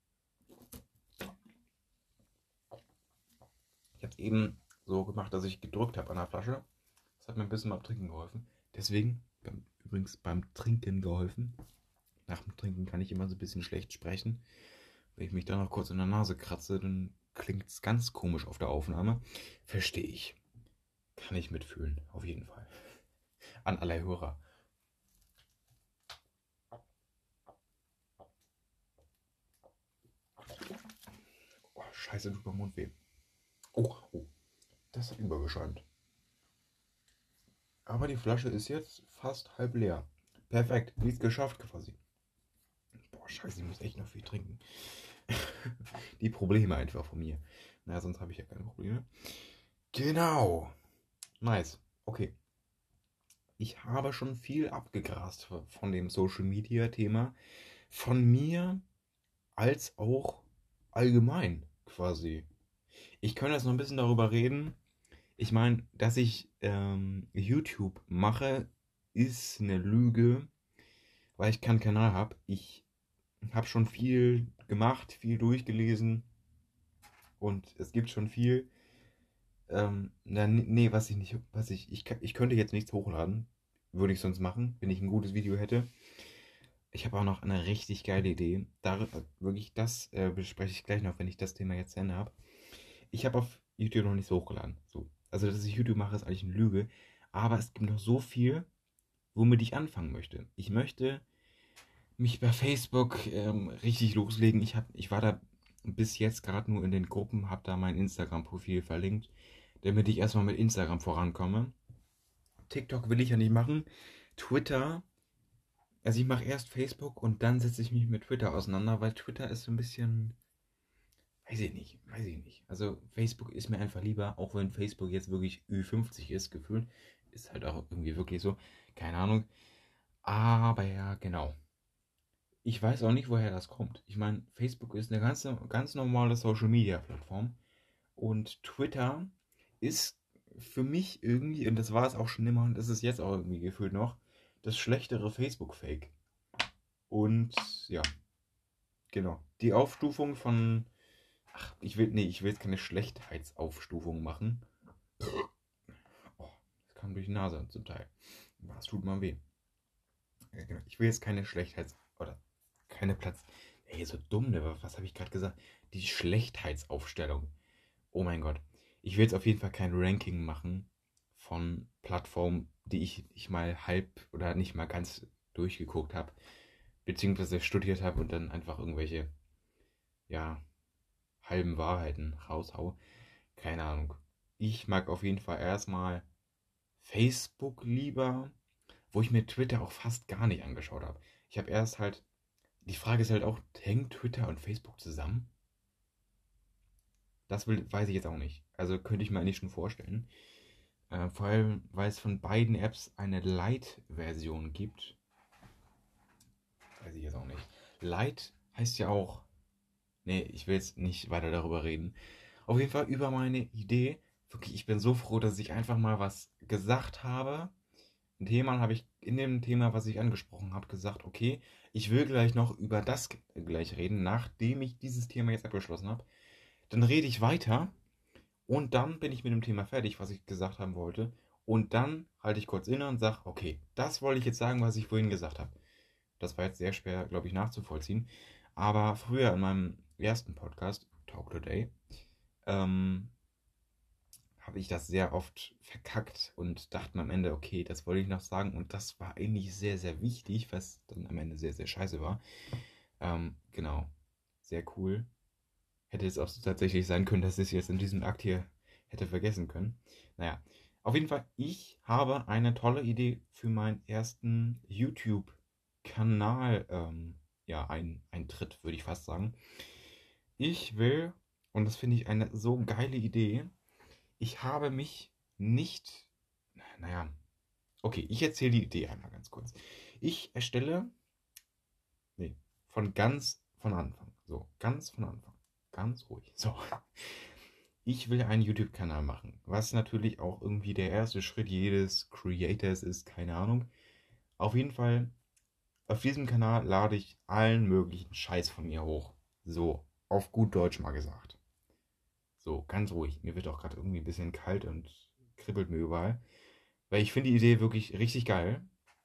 Ich habe es eben so gemacht, dass ich gedrückt habe an der Flasche. Das hat mir ein bisschen beim Trinken geholfen. Deswegen, beim übrigens beim Trinken geholfen. Nach dem Trinken kann ich immer so ein bisschen schlecht sprechen. Wenn ich mich dann noch kurz in der Nase kratze, dann klingt es ganz komisch auf der Aufnahme. Verstehe ich. Kann ich mitfühlen, auf jeden Fall. An alle Hörer. Oh, scheiße, tut mein Mund weh. Oh, oh, das hat übergeschäumt. Aber die Flasche ist jetzt fast halb leer. Perfekt, nichts geschafft quasi. Boah, scheiße, ich muss echt noch viel trinken. Die Probleme einfach von mir. Naja, sonst habe ich ja keine Probleme. Genau. Nice. Okay. Ich habe schon viel abgegrast von dem Social Media Thema. Von mir als auch allgemein quasi. Ich könnte jetzt noch ein bisschen darüber reden. Ich meine, dass ich ähm, YouTube mache, ist eine Lüge, weil ich keinen Kanal habe. Ich habe schon viel gemacht, viel durchgelesen und es gibt schon viel. Ähm, na, nee, was ich nicht, was ich, ich, ich könnte jetzt nichts hochladen, würde ich sonst machen, wenn ich ein gutes Video hätte. Ich habe auch noch eine richtig geile Idee. Da, wirklich, das äh, bespreche ich gleich noch, wenn ich das Thema jetzt zu Ende habe. Ich habe auf YouTube noch nichts hochgeladen. So. Also, dass ich YouTube mache, ist eigentlich eine Lüge. Aber es gibt noch so viel, womit ich anfangen möchte. Ich möchte mich bei Facebook ähm, richtig loslegen. Ich, hab, ich war da bis jetzt gerade nur in den Gruppen, habe da mein Instagram-Profil verlinkt, damit ich erstmal mit Instagram vorankomme. TikTok will ich ja nicht machen. Twitter, also ich mache erst Facebook und dann setze ich mich mit Twitter auseinander, weil Twitter ist so ein bisschen, weiß ich nicht, weiß ich nicht. Also Facebook ist mir einfach lieber, auch wenn Facebook jetzt wirklich Ü fünfzig ist, gefühlt. Ist halt auch irgendwie wirklich so, keine Ahnung. Aber ja, genau. Ich weiß auch nicht, woher das kommt. Ich meine, Facebook ist eine ganz, ganz normale Social-Media-Plattform. Und Twitter ist für mich irgendwie, und das war es auch schon immer und ist es jetzt auch irgendwie gefühlt noch, das schlechtere Facebook-Fake. Und ja, genau. Die Aufstufung von, ach, ich will, nee, ich will jetzt keine Schlechtheitsaufstufung machen. Oh, das kam durch die Nase zum Teil. Das tut mal weh. Ja, genau. Ich will jetzt keine Schlechtheits- oder keine Platz. Ey, so dumm, ne? Was habe ich gerade gesagt? Die Schlechtheitsaufstellung. Oh mein Gott. Ich will jetzt auf jeden Fall kein Ranking machen von Plattformen, die ich nicht mal halb oder nicht mal ganz durchgeguckt habe, beziehungsweise studiert habe und dann einfach irgendwelche, ja, halben Wahrheiten raushau. Keine Ahnung. Ich mag auf jeden Fall erstmal Facebook lieber, wo ich mir Twitter auch fast gar nicht angeschaut habe. Ich habe erst halt, die Frage ist halt auch, hängen Twitter und Facebook zusammen? Das will, weiß ich jetzt auch nicht. Also könnte ich mir eigentlich schon vorstellen. Äh, vor allem, weil es von beiden Apps eine Lite-Version gibt. Weiß ich jetzt auch nicht. Lite heißt ja auch. Nee, ich will jetzt nicht weiter darüber reden. Auf jeden Fall über meine Idee. Wirklich, ich bin so froh, dass ich einfach mal was gesagt habe. Ein Thema habe ich in dem Thema, was ich angesprochen habe, gesagt, okay, ich will gleich noch über das gleich reden, nachdem ich dieses Thema jetzt abgeschlossen habe. Dann rede ich weiter und dann bin ich mit dem Thema fertig, was ich gesagt haben wollte. Und dann halte ich kurz inne und sage, okay, das wollte ich jetzt sagen, was ich vorhin gesagt habe. Das war jetzt sehr schwer, glaube ich, nachzuvollziehen. Aber früher in meinem ersten Podcast, Talk Today, ähm, habe ich das sehr oft verkackt und dachte mir am Ende, okay, das wollte ich noch sagen. Und das war eigentlich sehr, sehr wichtig, was dann am Ende sehr, sehr scheiße war. Ähm, genau. Sehr cool. Hätte es auch so tatsächlich sein können, dass ich es jetzt in diesem Akt hier hätte vergessen können. Naja, auf jeden Fall, ich habe eine tolle Idee für meinen ersten YouTube-Kanal, ähm, ja, ein, Eintritt, würde ich fast sagen. Ich will, und das finde ich eine so geile Idee, ich habe mich nicht, naja, okay, ich erzähle die Idee einmal ganz kurz. Ich erstelle, nee, von ganz von Anfang, so, ganz von Anfang. Ganz ruhig. So. Ich will einen YouTube-Kanal machen, was natürlich auch irgendwie der erste Schritt jedes Creators ist, keine Ahnung. Auf jeden Fall, auf diesem Kanal lade ich allen möglichen Scheiß von mir hoch. So, auf gut Deutsch mal gesagt. So, ganz ruhig. Mir wird auch gerade irgendwie ein bisschen kalt und kribbelt mir überall. Weil ich finde die Idee wirklich richtig geil.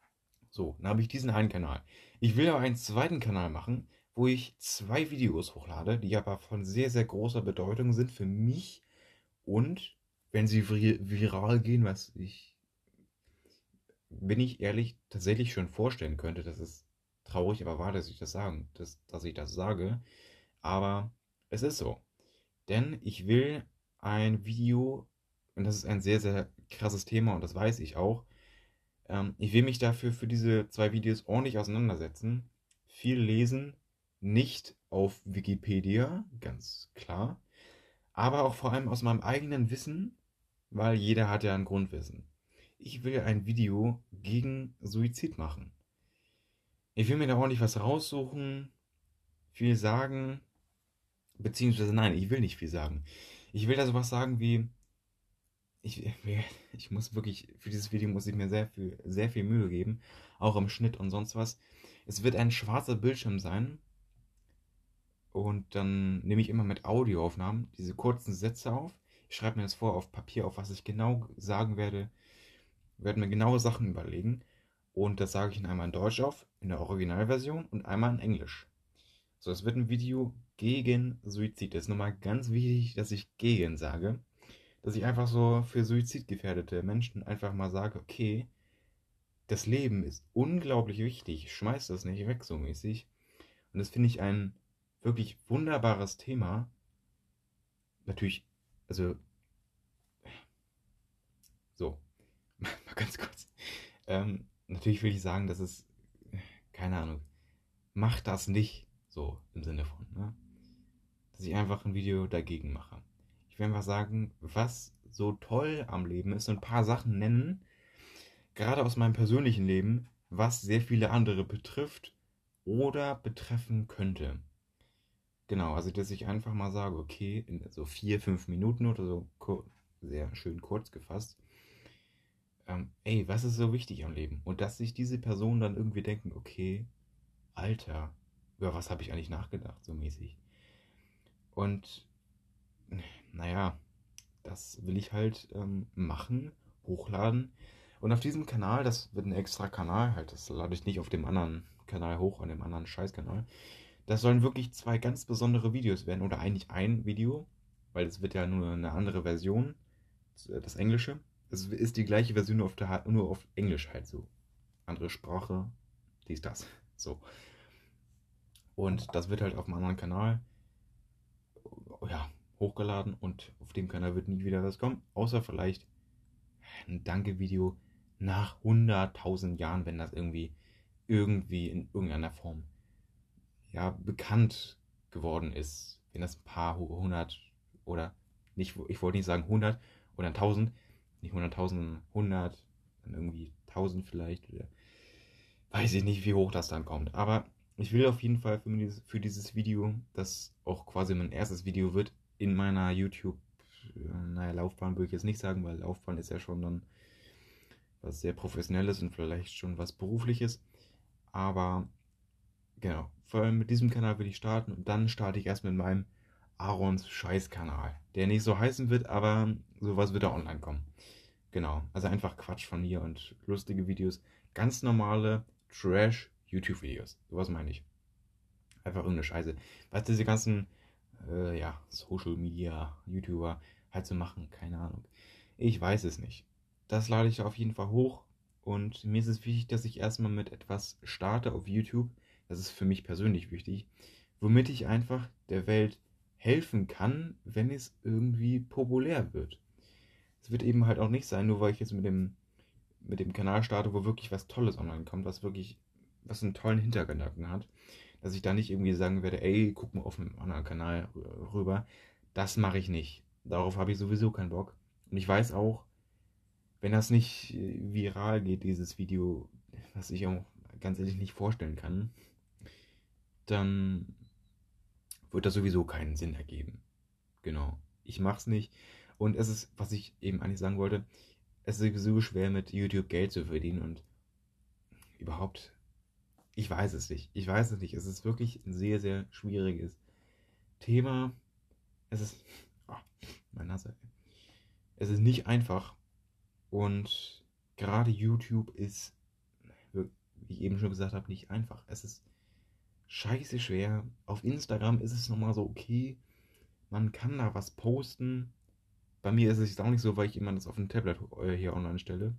So, dann habe ich diesen einen Kanal. Ich will aber einen zweiten Kanal machen, wo ich zwei Videos hochlade, die aber von sehr, sehr großer Bedeutung sind für mich und wenn sie vir viral gehen, was ich, bin ich ehrlich, tatsächlich schon vorstellen könnte, dass es traurig aber wahr, dass ich das sagen, dass, dass ich das sage, aber es ist so. Denn ich will ein Video, und das ist ein sehr, sehr krasses Thema und das weiß ich auch, ähm, ich will mich dafür für diese zwei Videos ordentlich auseinandersetzen, viel lesen, nicht auf Wikipedia, ganz klar, aber auch vor allem aus meinem eigenen Wissen, weil jeder hat ja ein Grundwissen. Ich will ein Video gegen Suizid machen. Ich will mir da ordentlich was raussuchen, viel sagen, beziehungsweise nein, ich will nicht viel sagen. Ich will da sowas sagen wie, ich, ich muss wirklich, für dieses Video muss ich mir sehr viel, sehr viel Mühe geben, auch im Schnitt und sonst was. Es wird ein schwarzer Bildschirm sein und dann nehme ich immer mit Audioaufnahmen diese kurzen Sätze auf. Ich schreibe mir das vor auf Papier, auf was ich genau sagen werde, werde mir genaue Sachen überlegen und das sage ich in einmal in Deutsch auf, in der Originalversion und einmal in Englisch. So, es wird ein Video gegen Suizid. Das ist nochmal ganz wichtig, dass ich gegen sage. Dass ich einfach so für suizidgefährdete Menschen einfach mal sage, okay, das Leben ist unglaublich wichtig, schmeiß das nicht weg so mäßig. Und das finde ich ein wirklich wunderbares Thema. Natürlich, also, so, mal ganz kurz. Ähm, natürlich will ich sagen, dass es, keine Ahnung, macht das nicht so im Sinne von, ne? Dass ich einfach ein Video dagegen mache. Ich will einfach sagen, was so toll am Leben ist, so ein paar Sachen nennen, gerade aus meinem persönlichen Leben, was sehr viele andere betrifft oder betreffen könnte. Genau, also dass ich einfach mal sage, okay, in so vier, fünf Minuten oder so, sehr schön kurz gefasst, ähm, ey, was ist so wichtig am Leben? Und dass sich diese Personen dann irgendwie denken, okay, Alter, über was habe ich eigentlich nachgedacht, so mäßig. Und naja, das will ich halt ähm, machen, hochladen. Und auf diesem Kanal, das wird ein extra Kanal, halt, das lade ich nicht auf dem anderen Kanal hoch, an dem anderen Scheißkanal. Das sollen wirklich zwei ganz besondere Videos werden, oder eigentlich ein Video, weil es wird ja nur eine andere Version, das Englische. Es ist die gleiche Version, nur auf, der, nur auf Englisch halt so. Andere Sprache, dies, das. So. Und das wird halt auf einem anderen Kanal, ja, hochgeladen und auf dem Kanal wird nie wieder was kommen, außer vielleicht ein Danke-Video nach hunderttausend Jahren, wenn das irgendwie, irgendwie in irgendeiner Form ja, bekannt geworden ist. Wenn das ein paar hundert oder nicht, ich wollte nicht sagen hundert oder tausend, nicht hunderttausend, hundert, dann irgendwie tausend vielleicht, oder weiß ich nicht, wie hoch das dann kommt. Aber ich will auf jeden Fall für dieses, für dieses Video, das auch quasi mein erstes Video wird, in meiner YouTube, naja, Laufbahn würde ich jetzt nicht sagen, weil Laufbahn ist ja schon dann was sehr Professionelles und vielleicht schon was Berufliches. Aber genau, vor allem mit diesem Kanal will ich starten und dann starte ich erst mit meinem Aarons Scheiß-Kanal, der nicht so heißen wird, aber sowas wird da online kommen. Genau, also einfach Quatsch von mir und lustige Videos, ganz normale Trash-YouTube-Videos, sowas meine ich. Einfach irgendeine Scheiße. Was diese ganzen, äh, ja, Social-Media-YouTuber halt so machen, keine Ahnung. Ich weiß es nicht. Das lade ich auf jeden Fall hoch und mir ist es wichtig, dass ich erstmal mit etwas starte auf YouTube. Das ist für mich persönlich wichtig, womit ich einfach der Welt helfen kann, wenn es irgendwie populär wird. Es wird eben halt auch nicht sein, nur weil ich jetzt mit dem, mit dem Kanal starte, wo wirklich was Tolles online kommt, was wirklich, was einen tollen Hintergedanken hat, dass ich da nicht irgendwie sagen werde, ey, guck mal auf einem anderen Kanal rüber. Das mache ich nicht. Darauf habe ich sowieso keinen Bock. Und ich weiß auch, wenn das nicht viral geht, dieses Video, was ich auch ganz ehrlich nicht vorstellen kann, dann wird das sowieso keinen Sinn ergeben. Genau. Ich mach's nicht. Und es ist, was ich eben eigentlich sagen wollte, es ist sowieso schwer mit YouTube Geld zu verdienen und überhaupt, ich weiß es nicht. Ich weiß es nicht. Es ist wirklich ein sehr, sehr schwieriges Thema. Es ist, oh, meine Nase. Es ist nicht einfach und gerade YouTube ist wie ich eben schon gesagt habe, nicht einfach. Es ist scheiße schwer. Auf Instagram ist es nochmal so okay, man kann da was posten. Bei mir ist es jetzt auch nicht so, weil ich immer das auf dem Tablet äh, hier online stelle.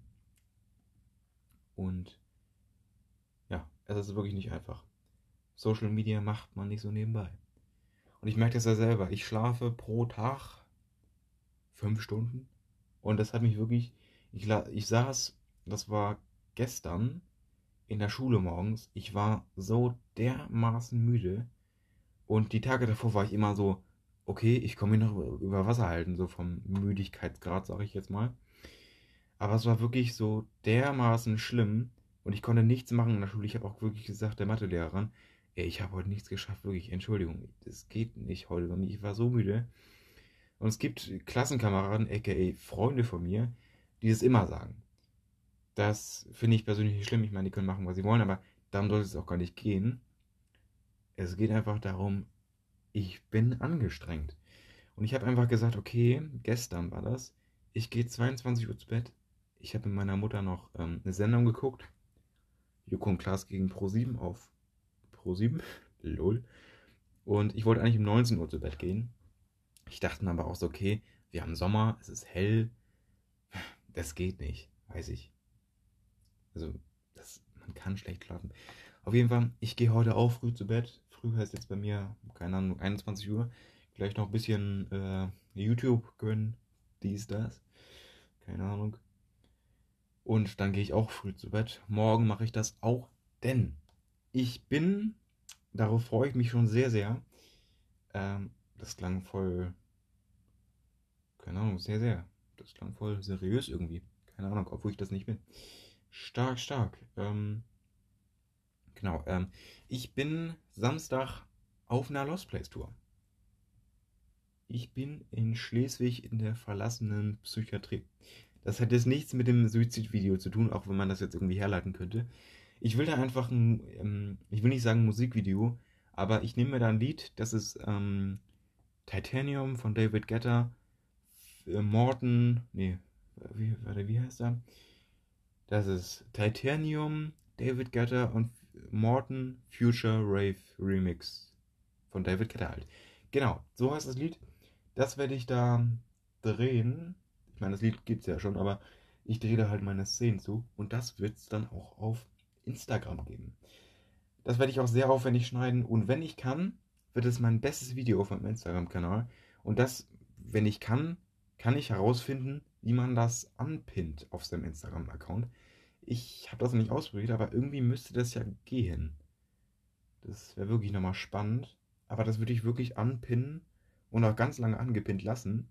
Und ja, es ist wirklich nicht einfach. Social Media macht man nicht so nebenbei. Und ich merke das ja selber. Ich schlafe pro Tag fünf Stunden. Und das hat mich wirklich. Ich, ich saß, das war gestern in der Schule morgens. Ich war so dermaßen müde. Und die Tage davor war ich immer so, okay, ich komme hier noch über Wasser halten, so vom Müdigkeitsgrad, sage ich jetzt mal. Aber es war wirklich so dermaßen schlimm und ich konnte nichts machen in der Schule. Ich habe auch wirklich gesagt, der Mathelehrerin, ey, ich habe heute nichts geschafft, wirklich, Entschuldigung, das geht nicht heute bei mir. Ich war so müde. Und es gibt Klassenkameraden, aka Freunde von mir, die das immer sagen. Das finde ich persönlich nicht schlimm. Ich meine, die können machen, was sie wollen, aber darum sollte es auch gar nicht gehen. Es geht einfach darum, ich bin angestrengt. Und ich habe einfach gesagt, okay, gestern war das. Ich gehe zweiundzwanzig Uhr zu Bett. Ich habe mit meiner Mutter noch ähm, eine Sendung geguckt. Joko und Klaas gegen ProSieben auf ProSieben. Lol. Und ich wollte eigentlich um neunzehn Uhr zu Bett gehen. Ich dachte mir aber auch so, okay, wir haben Sommer, es ist hell. Das geht nicht, weiß ich. Also, das, man kann schlecht schlafen. Auf jeden Fall, ich gehe heute auch früh zu Bett. Früh heißt jetzt bei mir, keine Ahnung, einundzwanzig Uhr. Vielleicht noch ein bisschen äh, YouTube gönnen. Dies, das. Keine Ahnung. Und dann gehe ich auch früh zu Bett. Morgen mache ich das auch, denn ich bin, darauf freue ich mich schon sehr, sehr. Ähm, das klang voll, keine Ahnung, sehr, sehr. Das klang voll seriös irgendwie. Keine Ahnung, obwohl ich das nicht bin. Stark, stark. Ähm, genau. Ähm, ich bin Samstag auf einer Lost Place Tour. Ich bin in Schleswig in der verlassenen Psychiatrie. Das hat jetzt nichts mit dem Suizidvideo zu tun, auch wenn man das jetzt irgendwie herleiten könnte. Ich will da einfach ein, ähm, ich will nicht sagen Musikvideo, aber ich nehme mir da ein Lied, das ist ähm, Titanium von David Guetta, äh, Morton, nee, wie, warte, wie heißt er? Das ist Titanium, David Guetta und Morton Future Rave Remix von David Guetta halt. Genau, so heißt das Lied. Das werde ich da drehen. Ich meine, das Lied gibt es ja schon, aber ich drehe da halt meine Szenen zu. Und das wird es dann auch auf Instagram geben. Das werde ich auch sehr aufwendig schneiden. Und wenn ich kann, wird es mein bestes Video auf meinem Instagram-Kanal. Und das, wenn ich kann, kann ich herausfinden, wie man das anpinnt auf seinem Instagram-Account. Ich habe das noch nicht ausprobiert, aber irgendwie müsste das ja gehen. Das wäre wirklich nochmal spannend. Aber das würde ich wirklich anpinnen und auch ganz lange angepinnt lassen,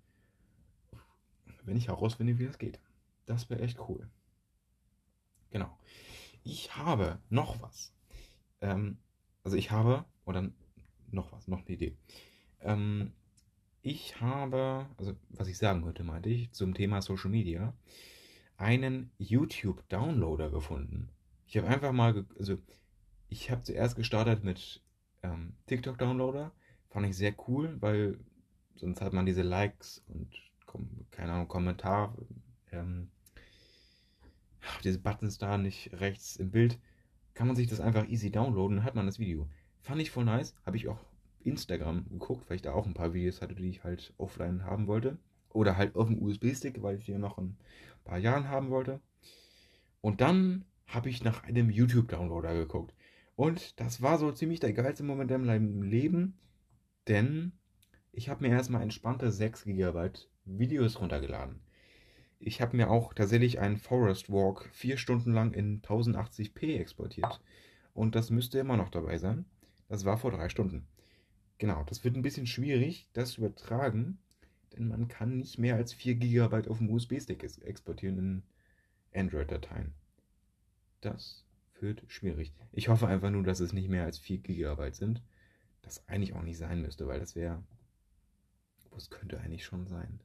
wenn ich herausfinde, wie das geht. Das wäre echt cool. Genau. Ich habe noch was. Ähm, also ich habe, oder noch was, noch eine Idee. Ähm, ich habe, also was ich sagen könnte, meinte ich, zum Thema Social Media, einen YouTube-Downloader gefunden. Ich habe einfach mal, ge also ich habe zuerst gestartet mit ähm, TikTok-Downloader. Fand ich sehr cool, weil sonst hat man diese Likes und, keine Ahnung, Kommentar, ähm, diese Buttons da nicht rechts im Bild. Kann man sich das einfach easy downloaden, dann hat man das Video. Fand ich voll nice. Habe ich auch Instagram geguckt, weil ich da auch ein paar Videos hatte, die ich halt offline haben wollte. Oder halt auf dem U S B-Stick, weil ich die noch ein paar Jahren haben wollte. Und dann habe ich nach einem YouTube-Downloader geguckt. Und das war so ziemlich der geilste Moment in meinem Leben, denn ich habe mir erstmal entspannte sechs Gigabyte Videos runtergeladen. Ich habe mir auch tatsächlich einen Forest Walk vier Stunden lang in tausendachtzig p exportiert. Und das müsste immer noch dabei sein. Das war vor drei Stunden. Genau, das wird ein bisschen schwierig, das zu übertragen, denn man kann nicht mehr als vier Gigabyte auf dem U S B-Stick exportieren in Android-Dateien. Das wird schwierig. Ich hoffe einfach nur, dass es nicht mehr als vier Gigabyte sind. Das eigentlich auch nicht sein müsste, weil das wäre. Was könnte eigentlich schon sein?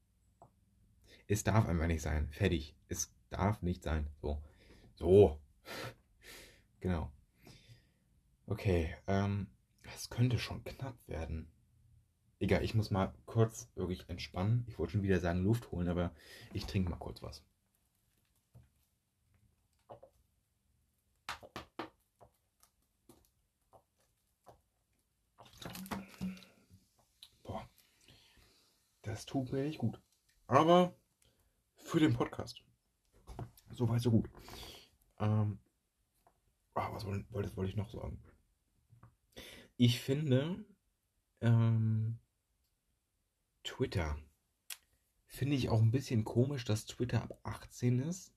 Es darf einfach nicht sein. Fertig. Es darf nicht sein. So. So. Genau. Okay. Ähm, das könnte schon knapp werden. Egal, ich muss mal kurz wirklich entspannen. Ich wollte schon wieder sagen Luft holen, aber ich trinke mal kurz was. Das tut mir nicht gut. Aber für den Podcast. So weit, so gut. Ähm, ah, was wollte, wollte, wollte ich noch sagen? Ich finde, ähm, Twitter. Finde ich auch ein bisschen komisch, dass Twitter ab achtzehn ist.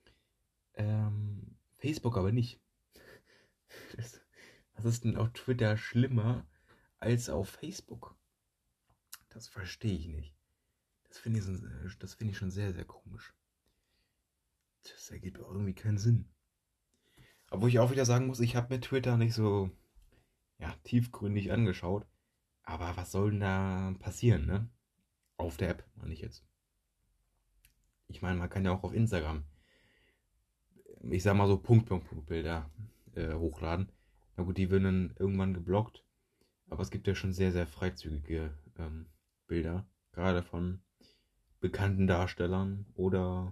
Ähm, Facebook aber nicht. Das, was ist denn auf Twitter schlimmer als auf Facebook? Das verstehe ich nicht. Das finde ich, so, das finde ich schon sehr, sehr komisch. Das ergibt auch irgendwie keinen Sinn. Obwohl ich auch wieder sagen muss, ich habe mir Twitter nicht so ja, tiefgründig angeschaut. Aber was soll denn da passieren, ne? Auf der App, meine ich jetzt. Ich meine, man kann ja auch auf Instagram, ich sag mal so Punkt, Punkt, Punkt Bilder äh, hochladen. Na gut, die werden dann irgendwann geblockt. Aber es gibt ja schon sehr, sehr freizügige ähm, Bilder. Gerade von bekannten Darstellern oder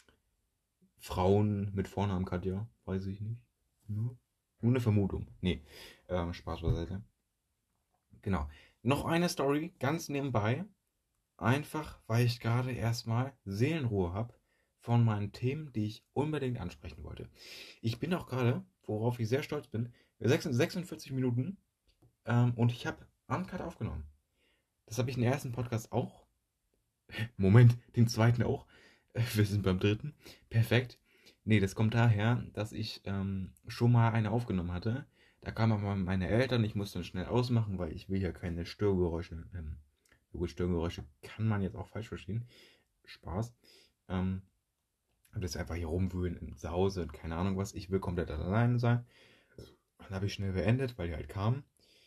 Frauen mit Vornamen Katja. Weiß ich nicht. Ja. Nur eine Vermutung. Nee, ähm, Spaß beiseite. Genau. Noch eine Story, ganz nebenbei. Einfach, weil ich gerade erstmal Seelenruhe habe von meinen Themen, die ich unbedingt ansprechen wollte. Ich bin auch gerade, worauf ich sehr stolz bin, sechsundvierzig Minuten ähm, und ich habe Uncut aufgenommen. Das habe ich im ersten Podcast auch. Moment, den zweiten auch. Wir sind beim dritten. Perfekt. Nee, das kommt daher, dass ich ähm, schon mal eine aufgenommen hatte. Da kamen aber meine Eltern, ich musste dann schnell ausmachen, weil ich will ja keine Störgeräusche. Ähm, gut, Störgeräusche kann man jetzt auch falsch verstehen. Spaß. Ähm, und das einfach hier rumwühlen im Zuhause und keine Ahnung was. Ich will komplett alleine sein. Dann habe ich schnell beendet, weil die halt kamen.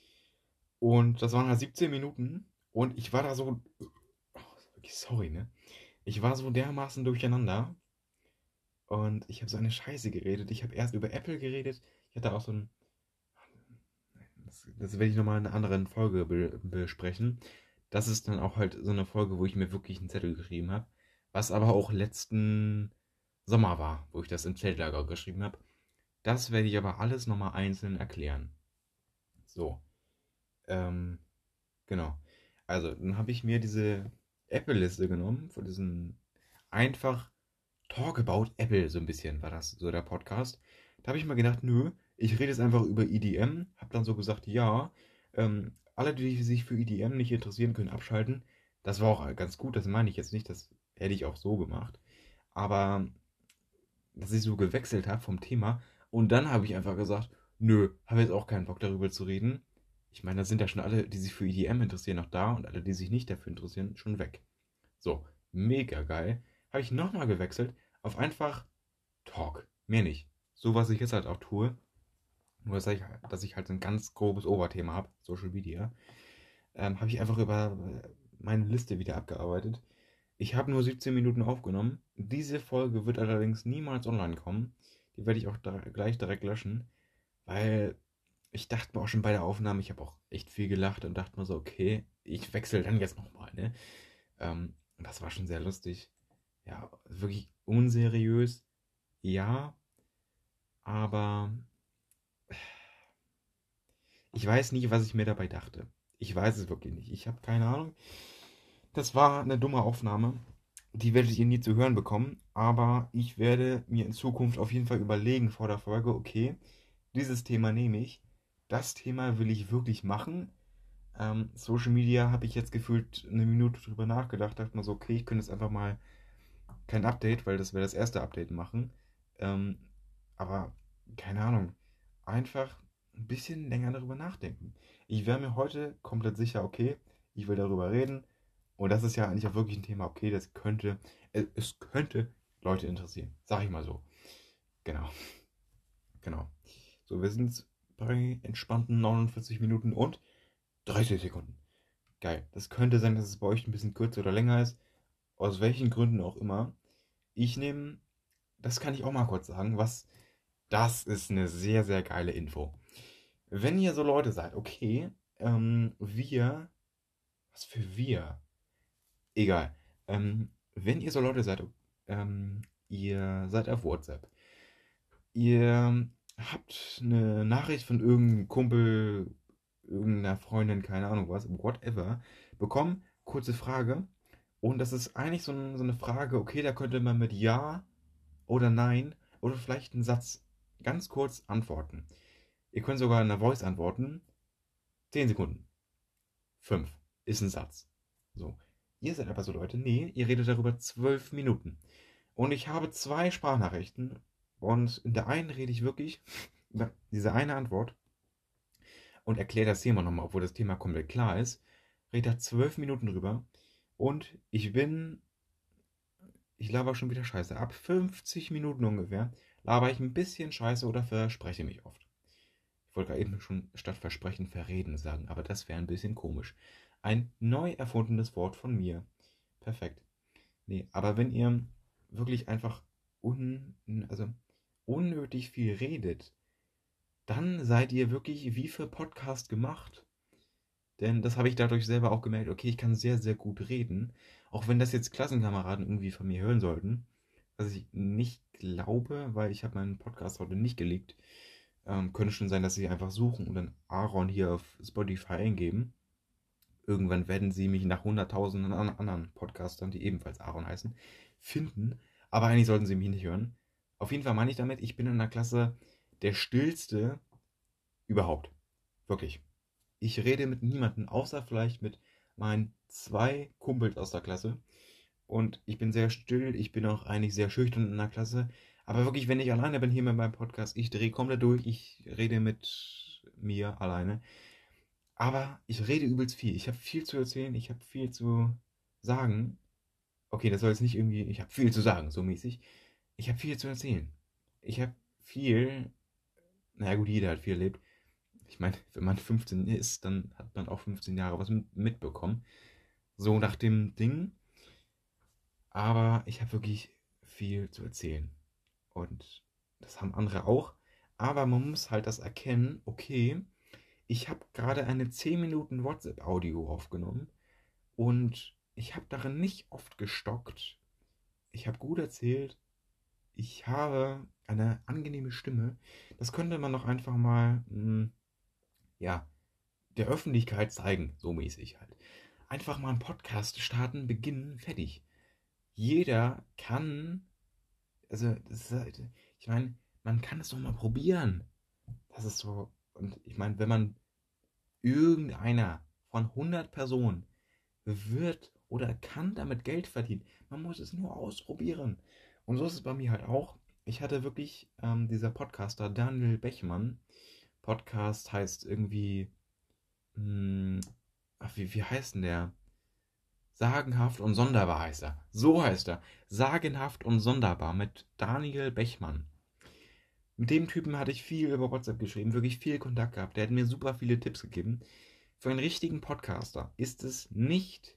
Und das waren halt siebzehn Minuten. Und ich war da so. Oh, sorry, ne? Ich war so dermaßen durcheinander. Und ich habe so eine Scheiße geredet. Ich habe erst über Apple geredet. Ich hatte auch so ein. Das, das werde ich nochmal in einer anderen Folge be besprechen. Das ist dann auch halt so eine Folge, wo ich mir wirklich einen Zettel geschrieben habe. Was aber auch letzten Sommer war, wo ich das im Zeltlager geschrieben habe. Das werde ich aber alles nochmal einzeln erklären. So. Ähm, genau. Also, dann habe ich mir diese Apple-Liste genommen, von diesen einfach Talk About Apple, so ein bisschen war das so der Podcast. Da habe ich mir gedacht, nö, ich rede jetzt einfach über E D M. Habe dann so gesagt, ja, ähm, alle, die sich für E D M nicht interessieren, können abschalten. Das war auch ganz gut, das meine ich jetzt nicht, das hätte ich auch so gemacht. Aber dass ich so gewechselt habe vom Thema und dann habe ich einfach gesagt, nö, habe jetzt auch keinen Bock darüber zu reden. Ich meine, da sind ja schon alle, die sich für E D M interessieren, noch da und alle, die sich nicht dafür interessieren, schon weg. So, mega geil. Habe ich nochmal gewechselt auf einfach Talk. Mehr nicht. So, was ich jetzt halt auch tue. Nur, dass ich, dass ich halt ein ganz grobes Oberthema habe, Social Media, ähm, habe ich einfach über äh, meine Liste wieder abgearbeitet. Ich habe nur siebzehn Minuten aufgenommen. Diese Folge wird allerdings niemals online kommen. Die werde ich auch da, gleich direkt löschen, weil ich dachte mir auch schon bei der Aufnahme, ich habe auch echt viel gelacht und dachte mir so, okay, ich wechsle dann jetzt nochmal, ne? Ähm, das war schon sehr lustig. Ja, wirklich unseriös, ja, aber ich weiß nicht, was ich mir dabei dachte. Ich weiß es wirklich nicht. Ich habe keine Ahnung. Das war eine dumme Aufnahme. Die werdet ihr nie zu hören bekommen. Aber ich werde mir in Zukunft auf jeden Fall überlegen vor der Folge, okay, dieses Thema nehme ich. Das Thema will ich wirklich machen. Ähm, Social Media habe ich jetzt gefühlt eine Minute drüber nachgedacht. Dachte mir so, okay, ich könnte jetzt einfach mal kein Update, weil das wäre das erste Update machen. Ähm, aber keine Ahnung. Einfach ein bisschen länger darüber nachdenken. Ich wäre mir heute komplett sicher, okay, ich will darüber reden. Und das ist ja eigentlich auch wirklich ein Thema, okay, das könnte, es, es könnte Leute interessieren. Sag ich mal so. Genau, genau. So, wir sind bei entspannten neunundvierzig Minuten und dreißig Sekunden. Geil. Das könnte sein, dass es bei euch ein bisschen kürzer oder länger ist. Aus welchen Gründen auch immer. Ich nehme, das kann ich auch mal kurz sagen, was, das ist eine sehr, sehr geile Info. Wenn ihr so Leute seid, okay, ähm, wir, was für wir? Egal. Ähm, wenn ihr so Leute seid, ähm, ihr seid auf WhatsApp, ihr habt eine Nachricht von irgendeinem Kumpel, irgendeiner Freundin, keine Ahnung was, whatever, bekommen, kurze Frage, Und das ist eigentlich so, ein, so eine Frage, okay, da könnte man mit Ja oder Nein oder vielleicht einen Satz ganz kurz antworten. Ihr könnt sogar in einer Voice antworten. zehn Sekunden. fünf ist ein Satz. So. Ihr seid aber so Leute, nee, ihr redet darüber zwölf Minuten. Und ich habe zwei Sprachnachrichten und in der einen rede ich wirklich über diese eine Antwort und erkläre das Thema nochmal, obwohl das Thema komplett klar ist. Rede da zwölf Minuten drüber und ich bin, ich laber schon wieder Scheiße. Ab fünfzig Minuten ungefähr laber ich ein bisschen Scheiße oder verspreche mich oft. Ich wollte gerade eben schon statt Versprechen verreden sagen, aber das wäre ein bisschen komisch. Ein neu erfundenes Wort von mir. Perfekt. Nee, aber wenn ihr wirklich einfach un, also unnötig viel redet, dann seid ihr wirklich wie für Podcast gemacht. Denn das habe ich dadurch selber auch gemerkt, okay, ich kann sehr, sehr gut reden. Auch wenn das jetzt Klassenkameraden irgendwie von mir hören sollten. Was ich nicht glaube, weil ich habe meinen Podcast heute nicht geleakt. Ähm, könnte schon sein, dass sie einfach suchen und dann Aaron hier auf Spotify eingeben. Irgendwann werden sie mich nach hunderttausenden anderen Podcastern, die ebenfalls Aaron heißen, finden. Aber eigentlich sollten sie mich nicht hören. Auf jeden Fall meine ich damit, ich bin in der Klasse der stillste überhaupt. Wirklich. Ich rede mit niemandem, außer vielleicht mit meinen zwei Kumpels aus der Klasse. Und ich bin sehr still, ich bin auch eigentlich sehr schüchtern in der Klasse. Aber wirklich, wenn ich alleine bin hier mit meinem Podcast, ich drehe komplett durch, ich rede mit mir alleine. Aber ich rede übelst viel. Ich habe viel zu erzählen, ich habe viel zu sagen. Okay, das soll jetzt nicht irgendwie, ich habe viel zu sagen, so mäßig. Ich habe viel zu erzählen. Ich habe viel, naja gut, jeder hat viel erlebt. Ich meine, wenn man fünfzehn ist, dann hat man auch fünfzehn Jahre was mitbekommen. So nach dem Ding. Aber ich habe wirklich viel zu erzählen. Und das haben andere auch. Aber man muss halt das erkennen, okay, ich habe gerade eine zehn Minuten WhatsApp-Audio aufgenommen und ich habe darin nicht oft gestockt. Ich habe gut erzählt. Ich habe eine angenehme Stimme. Das könnte man doch einfach mal, mh, ja, der Öffentlichkeit zeigen, so mäßig halt. Einfach mal einen Podcast starten, beginnen, fertig. Jeder kann, also, das ist halt, ich meine, man kann es doch mal probieren. Das ist so, und ich meine, wenn man irgendeiner von hundert Personen wird oder kann damit Geld verdienen, man muss es nur ausprobieren. Und so ist es bei mir halt auch. Ich hatte wirklich ähm, dieser Podcaster Daniel Bechmann. Podcast heißt irgendwie, mh, ach, wie, wie heißt denn der? Sagenhaft und sonderbar heißt er. So heißt er. Sagenhaft und sonderbar mit Daniel Bechmann. Mit dem Typen hatte ich viel über WhatsApp geschrieben, wirklich viel Kontakt gehabt. Der hat mir super viele Tipps gegeben. Für einen richtigen Podcaster ist es nicht,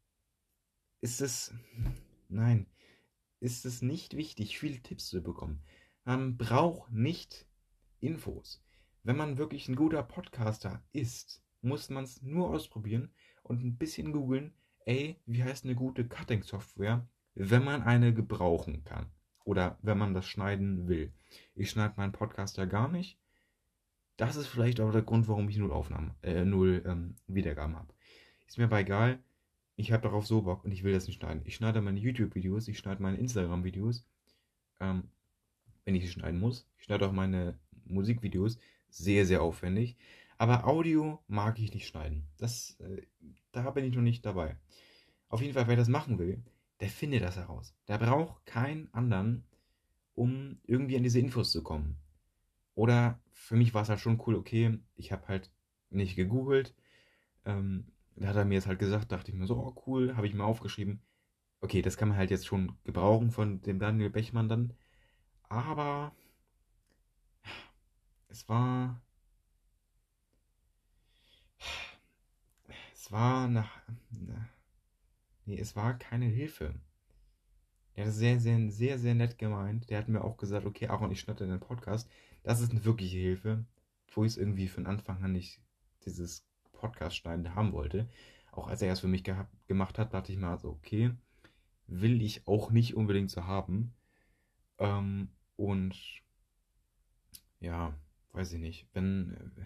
ist es, nein, ist es nicht wichtig, viele Tipps zu bekommen. Man braucht nicht Infos. Wenn man wirklich ein guter Podcaster ist, muss man es nur ausprobieren und ein bisschen googeln, ey, wie heißt eine gute Cutting-Software, wenn man eine gebrauchen kann. Oder wenn man das schneiden will. Ich schneide meinen Podcast ja gar nicht. Das ist vielleicht auch der Grund, warum ich null Aufnahmen, äh, null ähm, Wiedergaben habe. Ist mir aber egal. Ich habe darauf so Bock und ich will das nicht schneiden. Ich schneide meine YouTube-Videos, ich schneide meine Instagram-Videos, ähm, wenn ich sie schneiden muss. Ich schneide auch meine Musikvideos, sehr, sehr aufwendig. Aber Audio mag ich nicht schneiden. Das, äh, da bin ich noch nicht dabei. Auf jeden Fall, wer das machen will, der findet das heraus. Der braucht keinen anderen, um irgendwie an diese Infos zu kommen. Oder für mich war es halt schon cool, okay, ich habe halt nicht gegoogelt. Ähm, da hat er mir jetzt halt gesagt, dachte ich mir so, oh cool, habe ich mir aufgeschrieben. Okay, das kann man halt jetzt schon gebrauchen von dem Daniel Bechmann dann. Aber es war, es war nach, nee, es war keine Hilfe. Der hat es sehr, sehr, sehr, sehr nett gemeint. Der hat mir auch gesagt, okay, Aaron, ich schneide den Podcast. Das ist eine wirkliche Hilfe, wo ich es irgendwie von Anfang an nicht dieses Podcast-Schneiden haben wollte. Auch als er es für mich gehabt, gemacht hat, dachte ich mal so, okay, will ich auch nicht unbedingt so haben. Ähm, und ja, weiß ich nicht, wenn, äh,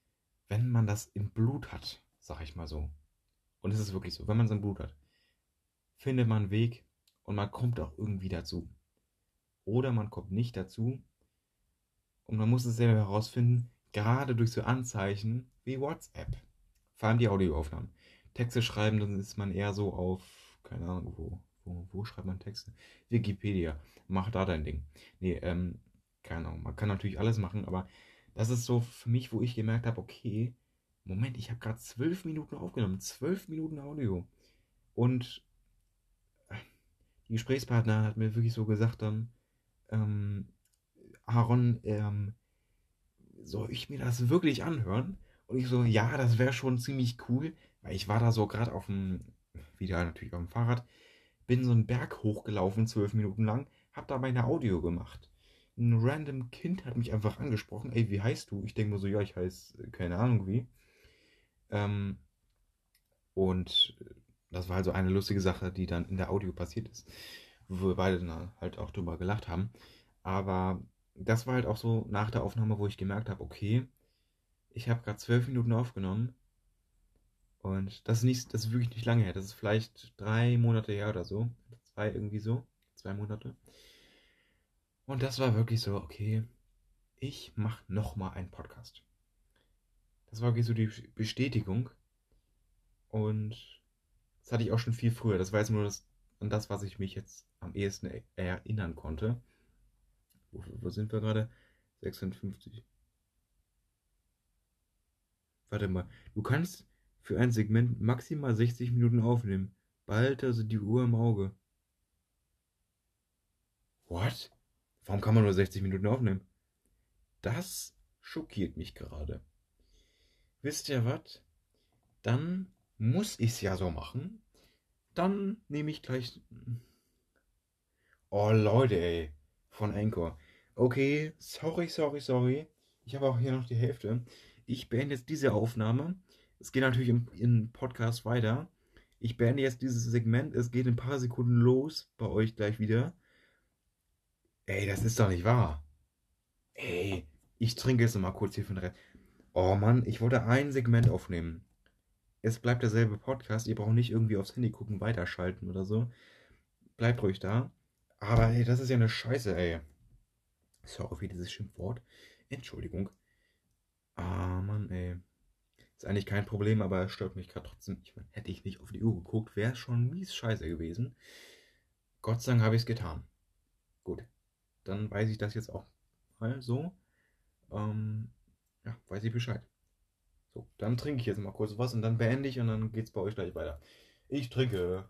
wenn man das im Blut hat, sag ich mal so, und es ist wirklich so, wenn man es im Blut hat, findet man einen Weg und man kommt auch irgendwie dazu. Oder man kommt nicht dazu und man muss es selber herausfinden, gerade durch so Anzeichen wie WhatsApp. Vor allem die Audioaufnahmen. Texte schreiben, dann ist man eher so auf, keine Ahnung, wo, wo, wo schreibt man Texte? Wikipedia. Mach da dein Ding. Nee, ähm, keine Ahnung. Man kann natürlich alles machen, aber das ist so für mich, wo ich gemerkt habe, okay, Moment, ich habe gerade zwölf Minuten aufgenommen. Zwölf Minuten Audio. Und die Gesprächspartner hat mir wirklich so gesagt dann, ähm, Aaron, ähm, soll ich mir das wirklich anhören? Und ich so, ja, das wäre schon ziemlich cool, weil ich war da so gerade auf dem, wieder natürlich auf dem Fahrrad, bin so einen Berg hochgelaufen, zwölf Minuten lang, hab da meine Audio gemacht. Ein random Kind hat mich einfach angesprochen, ey, wie heißt du? Ich denke mir so, ja, ich heiße, keine Ahnung wie. Ähm, und das war also eine lustige Sache, die dann in der Audio passiert ist, wo wir beide dann halt auch drüber gelacht haben. Aber das war halt auch so nach der Aufnahme, wo ich gemerkt habe, okay, ich habe gerade zwölf Minuten aufgenommen und das ist, nicht, das ist wirklich nicht lange her. Das ist vielleicht drei Monate her oder so. Zwei irgendwie so. Zwei Monate. Und das war wirklich so, okay, ich mache nochmal einen Podcast. Das war wirklich so die Bestätigung. Und das hatte ich auch schon viel früher. Das war jetzt nur das, an das, was ich mich jetzt am ehesten erinnern konnte. Wo, wo sind wir gerade? sechsundfünfzig. Warte mal. Du kannst für ein Segment maximal sechzig Minuten aufnehmen. Behalte also die Uhr im Auge. What? Warum kann man nur sechzig Minuten aufnehmen? Das schockiert mich gerade. Wisst ihr was? Dann muss ich es ja so machen. Dann nehme ich gleich... Oh Leute, ey. Von Anchor. Okay, sorry, sorry, sorry. Ich habe auch hier noch die Hälfte. Ich beende jetzt diese Aufnahme. Es geht natürlich im, im Podcast weiter. Ich beende jetzt dieses Segment. Es geht in ein paar Sekunden los bei euch gleich wieder. Ey, das ist doch nicht wahr. Ey, ich trinke jetzt noch mal kurz hier für den Rest. Oh Mann, ich wollte ein Segment aufnehmen. Es bleibt derselbe Podcast. Ihr braucht nicht irgendwie aufs Handy gucken, weiterschalten oder so. Bleibt ruhig da. Aber ey, das ist ja eine Scheiße, ey. Sorry für dieses Schimpfwort. Entschuldigung. Ah, Mann, ey. Ist eigentlich kein Problem, aber es stört mich gerade trotzdem. Ich meine, hätte ich nicht auf die Uhr geguckt, wäre es schon mies scheiße gewesen. Gott sei Dank habe ich es getan. Gut. Dann weiß ich das jetzt auch mal so. Ähm, ja, weiß ich Bescheid. So, dann trinke ich jetzt mal kurz was und dann beende ich und dann geht's bei euch gleich weiter. Ich trinke.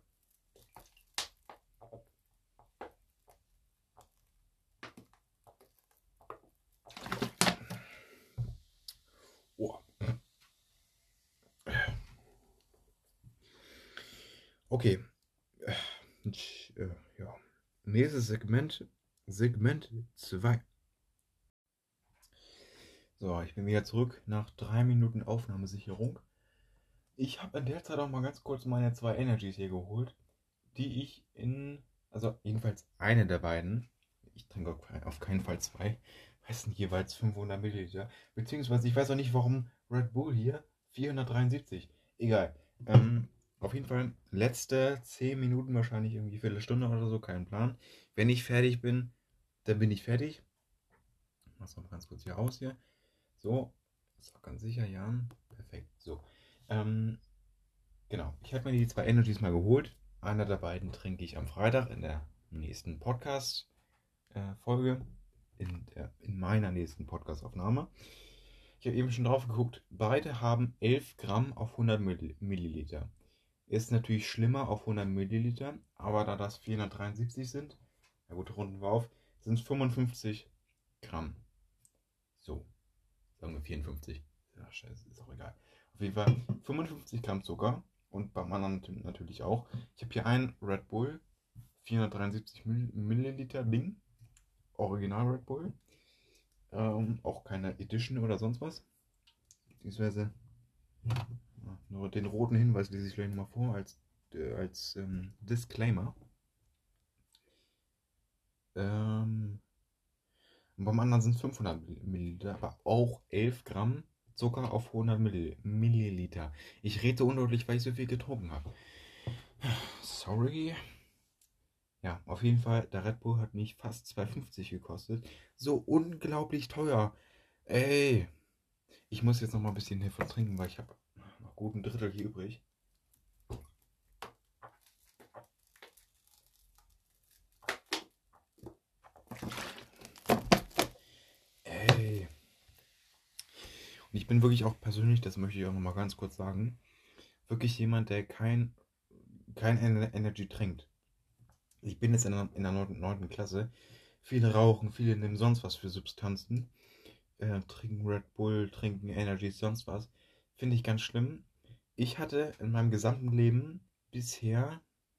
Oh. Okay. Ich, äh, ja. Nächstes Segment. Segment zwei. So, ich bin wieder zurück nach drei Minuten Aufnahmesicherung. Ich habe in der Zeit auch mal ganz kurz meine zwei Energies hier geholt, die ich in, also jedenfalls eine der beiden, ich trinke auf keinen Fall zwei, heißen jeweils fünfhundert Milliliter, beziehungsweise ich weiß auch nicht, warum Red Bull hier vierhundertdreiundsiebzig, egal. Ähm, auf jeden Fall letzte zehn Minuten, wahrscheinlich irgendwie Viertelstunde oder so, kein Plan. Wenn ich fertig bin, dann bin ich fertig. Ich mach's noch ganz kurz hier aus hier. So, ist auch ganz sicher, Jan. Perfekt. So. Ähm, genau. Ich habe mir die zwei Energies mal geholt. Einer der beiden trinke ich am Freitag in der nächsten Podcast-Folge. In, in meiner nächsten Podcast-Aufnahme. Ich habe eben schon drauf geguckt. Beide haben elf Gramm auf hundert Milliliter. Ist natürlich schlimmer auf hundert Milliliter, aber da das vierhundertdreiundsiebzig sind, na gut, runden wir auf, sind es fünfundfünfzig Gramm. So. Sagen wir vierundfünfzig. Ja, scheiße, ist auch egal. Auf jeden Fall fünfundfünfzig Gramm Zucker und beim anderen natürlich auch. Ich habe hier ein Red Bull, vierhundertdreiundsiebzig Milliliter Ding. Original Red Bull. Ähm, auch keine Edition oder sonst was. Beziehungsweise ja, nur den roten Hinweis lese ich gleich nochmal vor als, äh, als ähm, Disclaimer. Ähm, und beim anderen sind es fünfhundert Milliliter, aber auch elf Gramm Zucker auf hundert Milliliter. Ich rede so undeutlich, weil ich so viel getrunken habe. Sorry. Ja, auf jeden Fall, der Red Bull hat mich fast zwei fünfzig gekostet. So unglaublich teuer. Ey, ich muss jetzt noch mal ein bisschen hiervon trinken, weil ich habe noch gut ein Drittel hier übrig. Ey. Und ich bin wirklich auch persönlich, das möchte ich auch noch mal ganz kurz sagen, wirklich jemand, der kein, kein Energy trinkt. Ich bin jetzt in der, in der neunten Klasse. Viele rauchen, viele nehmen sonst was für Substanzen. Äh, trinken Red Bull, trinken Energy, sonst was. Finde ich ganz schlimm. Ich hatte in meinem gesamten Leben bisher,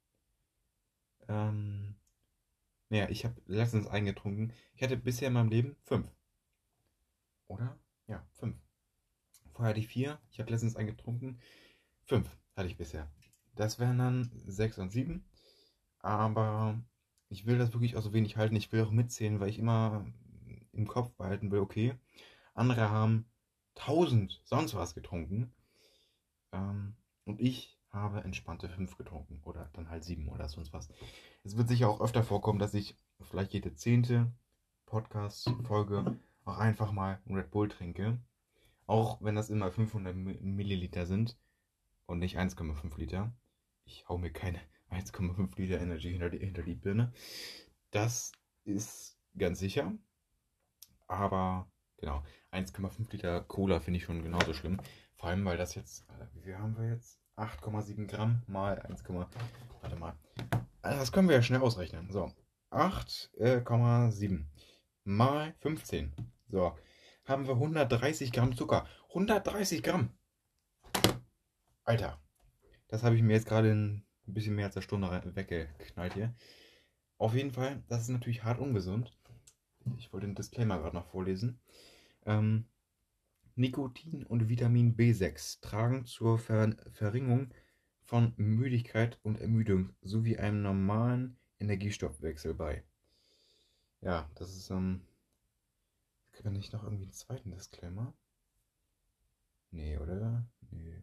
ähm, naja, ich habe letztens eingetrunken. Ich hatte bisher in meinem Leben fünf. Oder? Ja, fünf. Vorher hatte ich vier. Ich habe letztens eingetrunken. Fünf hatte ich bisher. Das wären dann sechs und sieben. Aber ich will das wirklich auch so wenig halten. Ich will auch mitzählen, weil ich immer im Kopf behalten will, okay, andere haben tausend sonst was getrunken. Ähm, und ich habe entspannte fünf getrunken. Oder dann halt sieben oder sonst was. Es wird sicher auch öfter vorkommen, dass ich vielleicht jede zehnte Podcast-Folge auch einfach mal einen Red Bull trinke. Auch wenn das immer fünfhundert Milliliter sind und nicht eins Komma fünf Liter. Ich hau mir keine eins Komma fünf Liter Energy hinter die, hinter die Birne. Das ist ganz sicher. Aber genau, eins Komma fünf Liter Cola finde ich schon genauso schlimm. Vor allem, weil das jetzt, wie viel haben wir jetzt? acht Komma sieben Gramm mal eins, warte mal. Das können wir ja schnell ausrechnen. So, acht Komma sieben mal fünfzehn. So, haben wir hundertdreißig Gramm Zucker. hundertdreißig Gramm. Alter, das habe ich mir jetzt gerade in ein bisschen mehr als eine Stunde weggeknallt hier. Auf jeden Fall, das ist natürlich hart ungesund. Ich wollte den Disclaimer gerade noch vorlesen. Ähm, Nikotin und Vitamin B sechs tragen zur Ver Verringerung von Müdigkeit und Ermüdung sowie einem normalen Energiestoffwechsel bei. Ja, das ist, ähm, kann ich noch irgendwie einen zweiten Disclaimer? Nee, oder? Nee.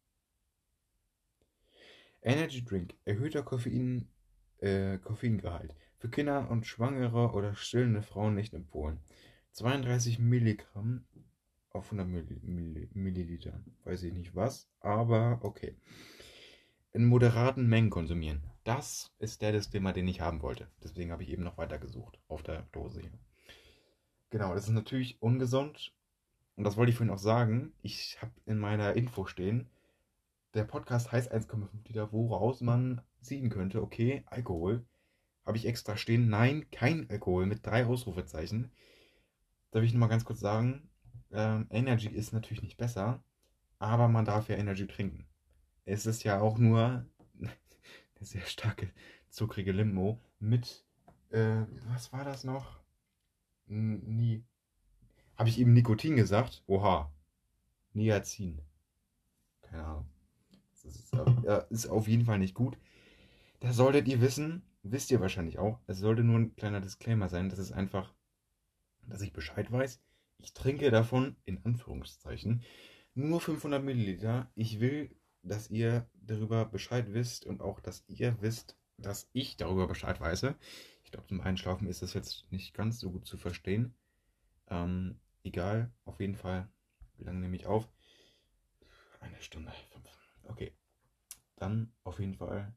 Energy Drink, erhöhter Koffein, äh, Koffeingehalt. Für Kinder und Schwangere oder stillende Frauen nicht empfohlen. zweiunddreißig Milligramm auf hundert Milliliter. Weiß ich nicht was, aber okay. In moderaten Mengen konsumieren. Das ist der Disclaimer, den ich haben wollte. Deswegen habe ich eben noch weiter gesucht auf der Dose hier. Genau, das ist natürlich ungesund. Und das wollte ich vorhin auch sagen. Ich habe in meiner Info stehen, der Podcast heißt eins Komma fünf Liter, woraus man ziehen könnte, okay, Alkohol. Habe ich extra stehen. Nein, kein Alkohol mit drei Ausrufezeichen. Darf ich nochmal ganz kurz sagen, ähm, Energy ist natürlich nicht besser, aber man darf ja Energy trinken. Es ist ja auch nur eine sehr starke, zuckrige Limo mit, äh, was war das noch? N nie. Habe ich eben Nikotin gesagt? Oha. Niacin. Keine Ahnung. Das ist, äh, ist auf jeden Fall nicht gut. Das solltet ihr wissen, wisst ihr wahrscheinlich auch. Es sollte nur ein kleiner Disclaimer sein. Das ist einfach, dass ich Bescheid weiß. Ich trinke davon, in Anführungszeichen, nur fünfhundert Milliliter. Ich will, dass ihr darüber Bescheid wisst und auch, dass ihr wisst, dass ich darüber Bescheid weiß. Ich glaube, zum Einschlafen ist das jetzt nicht ganz so gut zu verstehen. Ähm, egal, auf jeden Fall. Wie lange nehme ich auf? Eine Stunde, fünf. Okay. Dann auf jeden Fall.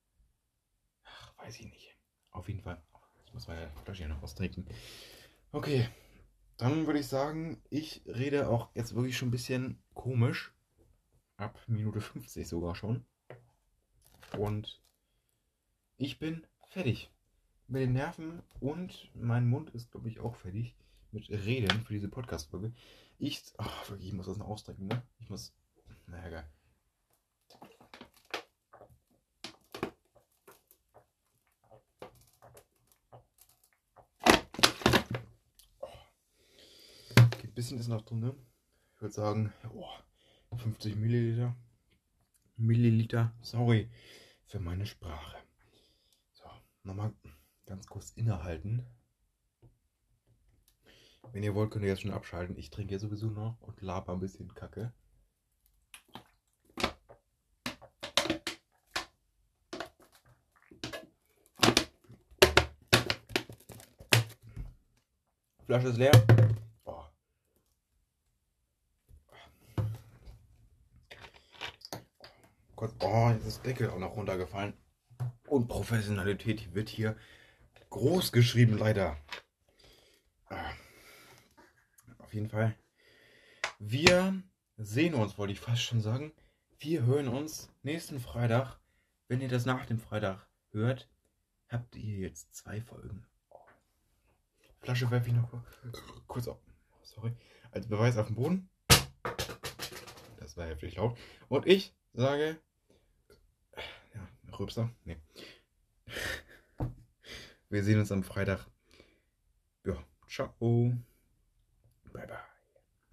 Ach, weiß ich nicht. Auf jeden Fall. Ich muss meine Flasche hier noch austrinken. Okay. Dann würde ich sagen, ich rede auch jetzt wirklich schon ein bisschen komisch. Ab Minute fünfzig sogar schon. Und ich bin fertig. Mit den Nerven und mein Mund ist, glaube ich, auch fertig. Mit Reden für diese Podcast-Folge. Ich. Ach, wirklich, ich muss das noch austrinken, ne? Ich muss. Naja, geil. Ein bisschen ist noch drin, ne? Ich würde sagen, oh, fünfzig Milliliter. Milliliter, sorry für meine Sprache. So, nochmal ganz kurz innehalten. Wenn ihr wollt, könnt ihr jetzt schon abschalten. Ich trinke ja sowieso noch und laber ein bisschen Kacke. Flasche ist leer. Oh. Gott, oh, jetzt ist der Deckel auch noch runtergefallen. Und Professionalität wird hier groß geschrieben, leider. Ah. Auf jeden Fall. Wir sehen uns, wollte ich fast schon sagen. Wir hören uns nächsten Freitag. Wenn ihr das nach dem Freitag hört, habt ihr jetzt zwei Folgen. Flasche werfe ich noch kurz auf. Sorry. Als Beweis auf den Boden. Das war heftig laut. Und ich sage. Ja, Rübser. Nee. Wir sehen uns am Freitag. Ja, ciao. Bye bye.